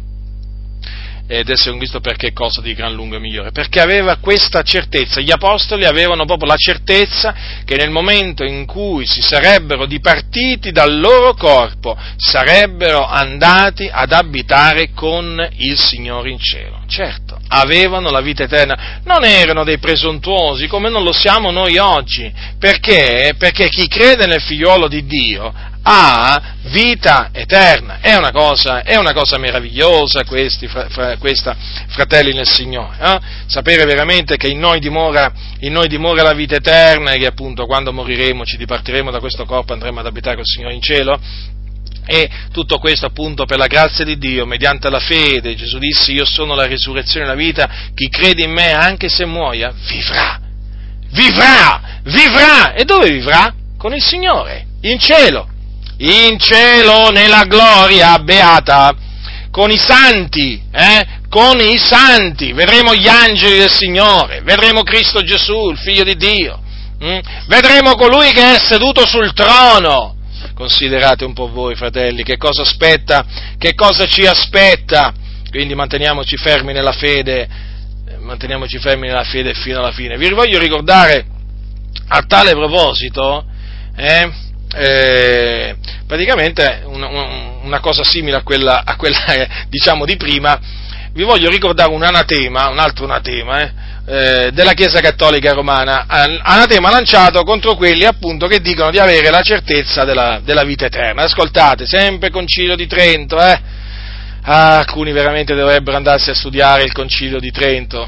ed essere con Cristo perché cosa di gran lunga e migliore? Perché aveva questa certezza, gli apostoli avevano proprio la certezza che nel momento in cui si sarebbero dipartiti dal loro corpo, sarebbero andati ad abitare con il Signore in cielo. Certo, avevano la vita eterna, non erano dei presuntuosi come non lo siamo noi oggi, perché? Perché chi crede nel Figliolo di Dio ha vita eterna, è una cosa, è una cosa meravigliosa questi, fra, fra, questa, fratelli nel Signore, eh? Sapere veramente che in noi dimora, in noi dimora la vita eterna e che appunto quando moriremo ci dipartiremo da questo corpo, andremo ad abitare col Signore in cielo. E tutto questo appunto per la grazia di Dio, mediante la fede. Gesù disse: io sono la risurrezione e la vita, chi crede in me anche se muoia vivrà, vivrà, vivrà. E dove vivrà? Con il Signore, in cielo. In cielo, nella gloria beata, con i santi, eh? Con i santi, vedremo gli angeli del Signore, vedremo Cristo Gesù, il Figlio di Dio, hm? Vedremo colui che è seduto sul trono. Considerate un po' voi, fratelli, che cosa aspetta, che cosa ci aspetta, quindi manteniamoci fermi nella fede, manteniamoci fermi nella fede fino alla fine. Vi voglio ricordare, a tale proposito, eh, Eh, praticamente una, una cosa simile a quella, a quella eh, diciamo di prima. Vi voglio ricordare un anatema, un altro anatema eh, eh, della Chiesa Cattolica Romana, anatema lanciato contro quelli appunto che dicono di avere la certezza della, della vita eterna. Ascoltate, sempre Concilio di Trento, eh? Ah, alcuni veramente dovrebbero andarsi a studiare il Concilio di Trento.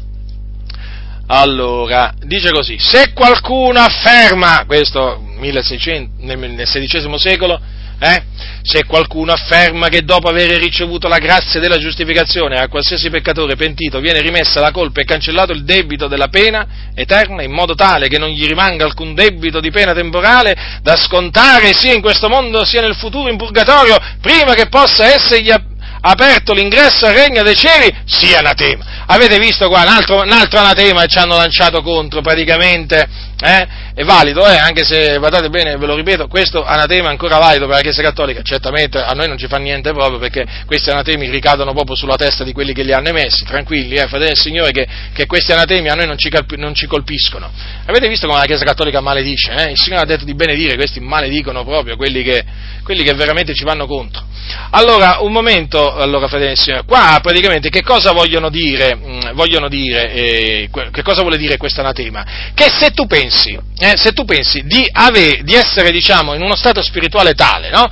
Allora, dice così: se qualcuno afferma, questo milleseicento, nel sedicesimo secolo, eh, se qualcuno afferma che dopo aver ricevuto la grazia della giustificazione a qualsiasi peccatore pentito viene rimessa la colpa e cancellato il debito della pena eterna, in modo tale che non gli rimanga alcun debito di pena temporale da scontare sia in questo mondo sia nel futuro in purgatorio, prima che possa essergli aperto l'ingresso al regno dei cieli, sia anatema. Avete visto qua un altro, un altro anatema che ci hanno lanciato contro, praticamente, eh? È valido, eh? Anche se, guardate bene, ve lo ripeto, questo anatema è ancora valido per la Chiesa Cattolica, certamente a noi non ci fa niente proprio, perché questi anatemi ricadono proprio sulla testa di quelli che li hanno emessi, tranquilli, eh, fratelli del Signore, che, che questi anatemi a noi non ci, calpi, non ci colpiscono. Avete visto come la Chiesa Cattolica maledice, eh? Il Signore ha detto di benedire, questi maledicono proprio quelli che, quelli che veramente ci vanno contro. Allora, un momento, allora, fratelli del Signore, qua praticamente che cosa vogliono dire, mh, vogliono dire, eh, che cosa vuole dire questo anatema? Che se tu pensi, eh, se tu pensi di, ave, di essere, diciamo, in uno stato spirituale tale, no?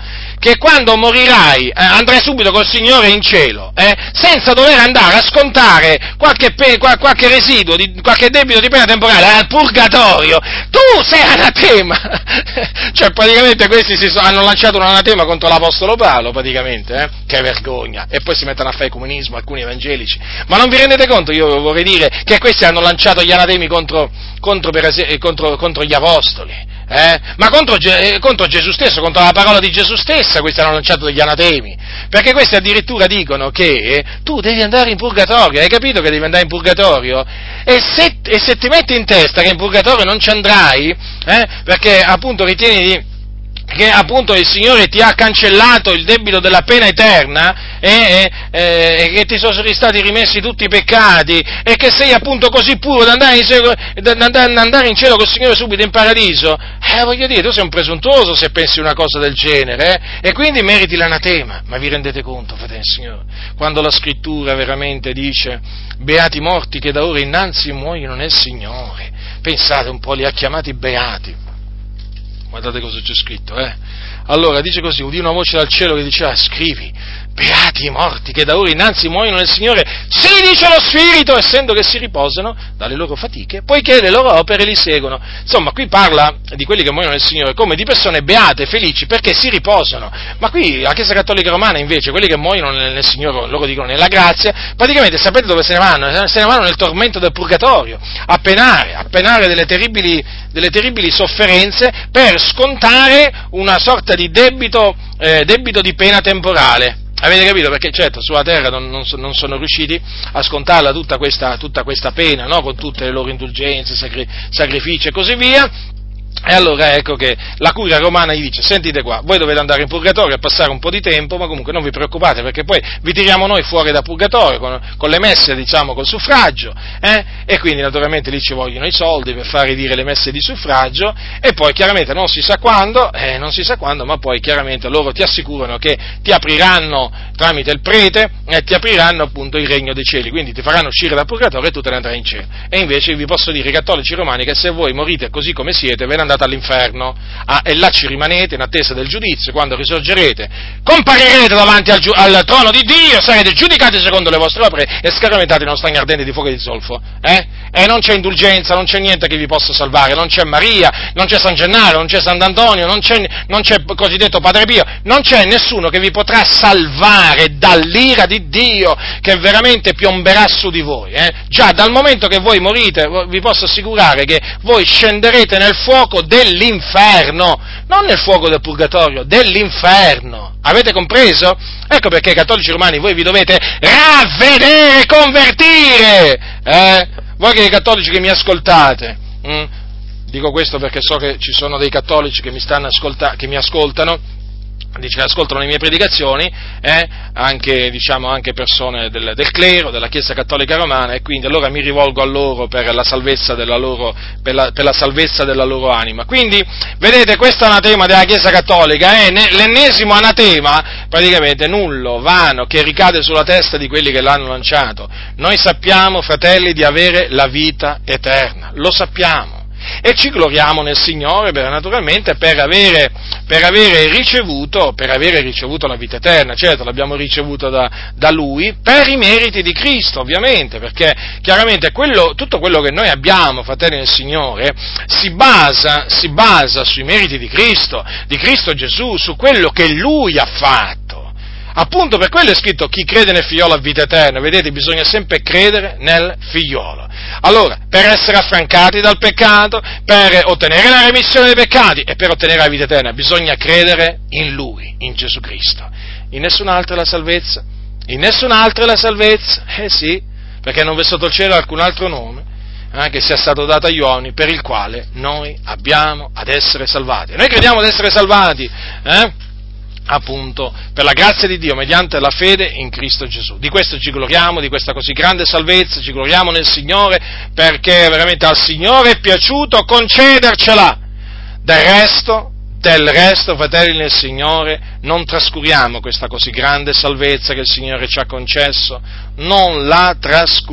che quando morirai eh, andrai subito col Signore in cielo, eh, senza dover andare a scontare qualche, pe- qualche residuo, di, qualche debito di pena temporale al purgatorio. Tu sei anatema! Cioè, praticamente questi si so, hanno lanciato un anatema contro l'Apostolo Paolo, praticamente, eh? Che vergogna! E poi si mettono a fare comunismo alcuni evangelici. Ma non vi rendete conto, io vorrei dire, che questi hanno lanciato gli anatemi contro, contro, per es- contro, contro gli apostoli? Eh? Ma contro, contro Gesù stesso, contro la parola di Gesù stessa, questi hanno lanciato degli anatemi, perché questi addirittura dicono che tu devi andare in purgatorio, hai capito che devi andare in purgatorio? E se, e se ti metti in testa che in purgatorio non ci andrai, eh? Perché appunto ritieni di... che appunto il Signore ti ha cancellato il debito della pena eterna e, e, e che ti sono stati rimessi tutti i peccati e che sei appunto così puro da andare in cielo, da andare in cielo col Signore subito in paradiso, eh, voglio dire, tu sei un presuntuoso se pensi una cosa del genere, eh, e quindi meriti l'anatema. Ma vi rendete conto, fratelli del Signore, quando la Scrittura veramente dice beati i morti che da ora innanzi muoiono nel Signore? Pensate un po', li ha chiamati beati. Guardate cosa c'è scritto, eh? Allora, dice così, udì una voce dal cielo che diceva, scrivi, beati i morti che da ora innanzi muoiono nel Signore, sì, dice lo Spirito, essendo che si riposano dalle loro fatiche, poiché le loro opere li seguono. Insomma, qui parla di quelli che muoiono nel Signore come di persone beate, felici, perché si riposano. Ma qui, la Chiesa Cattolica Romana, invece, quelli che muoiono nel, nel Signore, loro dicono nella grazia, praticamente sapete dove se ne vanno? Se ne vanno nel tormento del purgatorio, a penare, a penare delle terribili, delle terribili sofferenze per scontare una sorta di debito, eh, debito di pena temporale. Avete capito? Perché certo sulla terra non, non, non sono riusciti a scontarla tutta questa, tutta questa pena, no? Con tutte le loro indulgenze, sacri, sacrifici e così via. E allora ecco che la curia romana gli dice, sentite qua, voi dovete andare in purgatorio a passare un po' di tempo, ma comunque non vi preoccupate perché poi vi tiriamo noi fuori da purgatorio con, con le messe, diciamo, col suffragio, eh? E quindi naturalmente lì ci vogliono i soldi per fare dire le messe di suffragio e poi chiaramente non si sa quando, eh, non si sa quando, ma poi chiaramente loro ti assicurano che ti apriranno tramite il prete e ti apriranno appunto il regno dei cieli, quindi ti faranno uscire dal purgatorio e tu te ne andrai in cielo. E invece vi posso dire, i cattolici romani, che se voi morite così come siete, ve ne andate all'inferno, ah, e là ci rimanete in attesa del giudizio. Quando risorgerete, comparirete davanti al, giu- al trono di Dio, sarete giudicati secondo le vostre opere e scaraventati nello stagno ardente di fuoco e di zolfo, eh? E non c'è indulgenza, non c'è niente che vi possa salvare, non c'è Maria, non c'è San Gennaro, non c'è Sant'Antonio, non c'è, non c'è il cosiddetto Padre Pio, non c'è nessuno che vi potrà salvare dall'ira di Dio che veramente piomberà su di voi, eh? Già dal momento che voi morite, vi posso assicurare che voi scenderete nel fuoco dell'inferno, non nel fuoco del purgatorio, dell'inferno. Avete compreso? Ecco perché i cattolici romani voi vi dovete ravvedere, convertire, eh? Voi che i cattolici che mi ascoltate, hm? Dico questo perché so che ci sono dei cattolici che mi stanno ascolta- che mi ascoltano, dice che ascoltano le mie predicazioni, eh, anche, diciamo, anche persone del, del clero, della Chiesa Cattolica Romana, e quindi allora mi rivolgo a loro per la salvezza della loro, per la, per la salvezza della loro anima. Quindi, vedete, questo anatema della Chiesa Cattolica è l'ennesimo anatema, praticamente nullo, vano, che ricade sulla testa di quelli che l'hanno lanciato. Noi sappiamo, fratelli, di avere la vita eterna, lo sappiamo. E ci gloriamo nel Signore per, naturalmente per avere, per avere ricevuto per avere ricevuto la vita eterna. Certo, l'abbiamo ricevuta da, da Lui per i meriti di Cristo, ovviamente, perché chiaramente quello, tutto quello che noi abbiamo, fratelli nel Signore, si basa, si basa sui meriti di Cristo, di Cristo Gesù, su quello che Lui ha fatto. Appunto per quello è scritto chi crede nel figliolo ha vita eterna. Vedete, bisogna sempre credere nel figliolo. Allora, per essere affrancati dal peccato, per ottenere la remissione dei peccati e per ottenere la vita eterna, bisogna credere in Lui, in Gesù Cristo. In nessun altro è la salvezza. In nessun altro è la salvezza. Eh sì, perché non v'è sotto il cielo alcun altro nome eh, che sia stato dato agli uomini per il quale noi abbiamo ad essere salvati. Noi crediamo ad essere salvati, eh? appunto per la grazia di Dio mediante la fede in Cristo Gesù. Di questo ci gloriamo, di questa così grande salvezza, ci gloriamo nel Signore, perché veramente al Signore è piaciuto concedercela. Del resto, del resto, fratelli nel Signore, non trascuriamo questa così grande salvezza che il Signore ci ha concesso, non la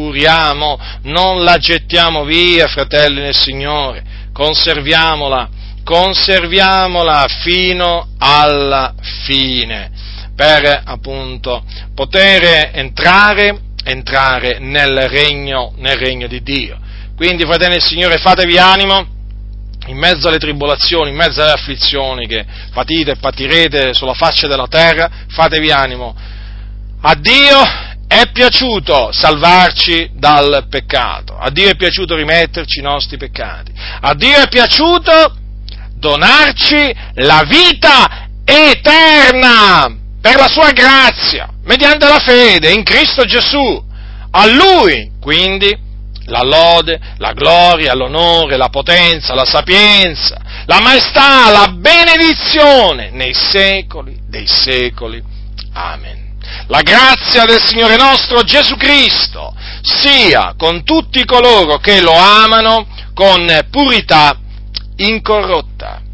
trascuriamo, non la gettiamo via, fratelli nel Signore, conserviamola, conserviamola fino alla fine, per appunto poter entrare, entrare nel regno, nel regno di Dio. Quindi, fratelli del Signore, fatevi animo in mezzo alle tribolazioni, in mezzo alle afflizioni che patite e patirete sulla faccia della terra, fatevi animo. A Dio è piaciuto salvarci dal peccato, a Dio è piaciuto rimetterci i nostri peccati, a Dio è piaciuto donarci la vita eterna per la sua grazia, mediante la fede in Cristo Gesù. A Lui, quindi, la lode, la gloria, l'onore, la potenza, la sapienza, la maestà, la benedizione nei secoli dei secoli. Amen. La grazia del Signore nostro Gesù Cristo sia con tutti coloro che lo amano con purità incorrotta.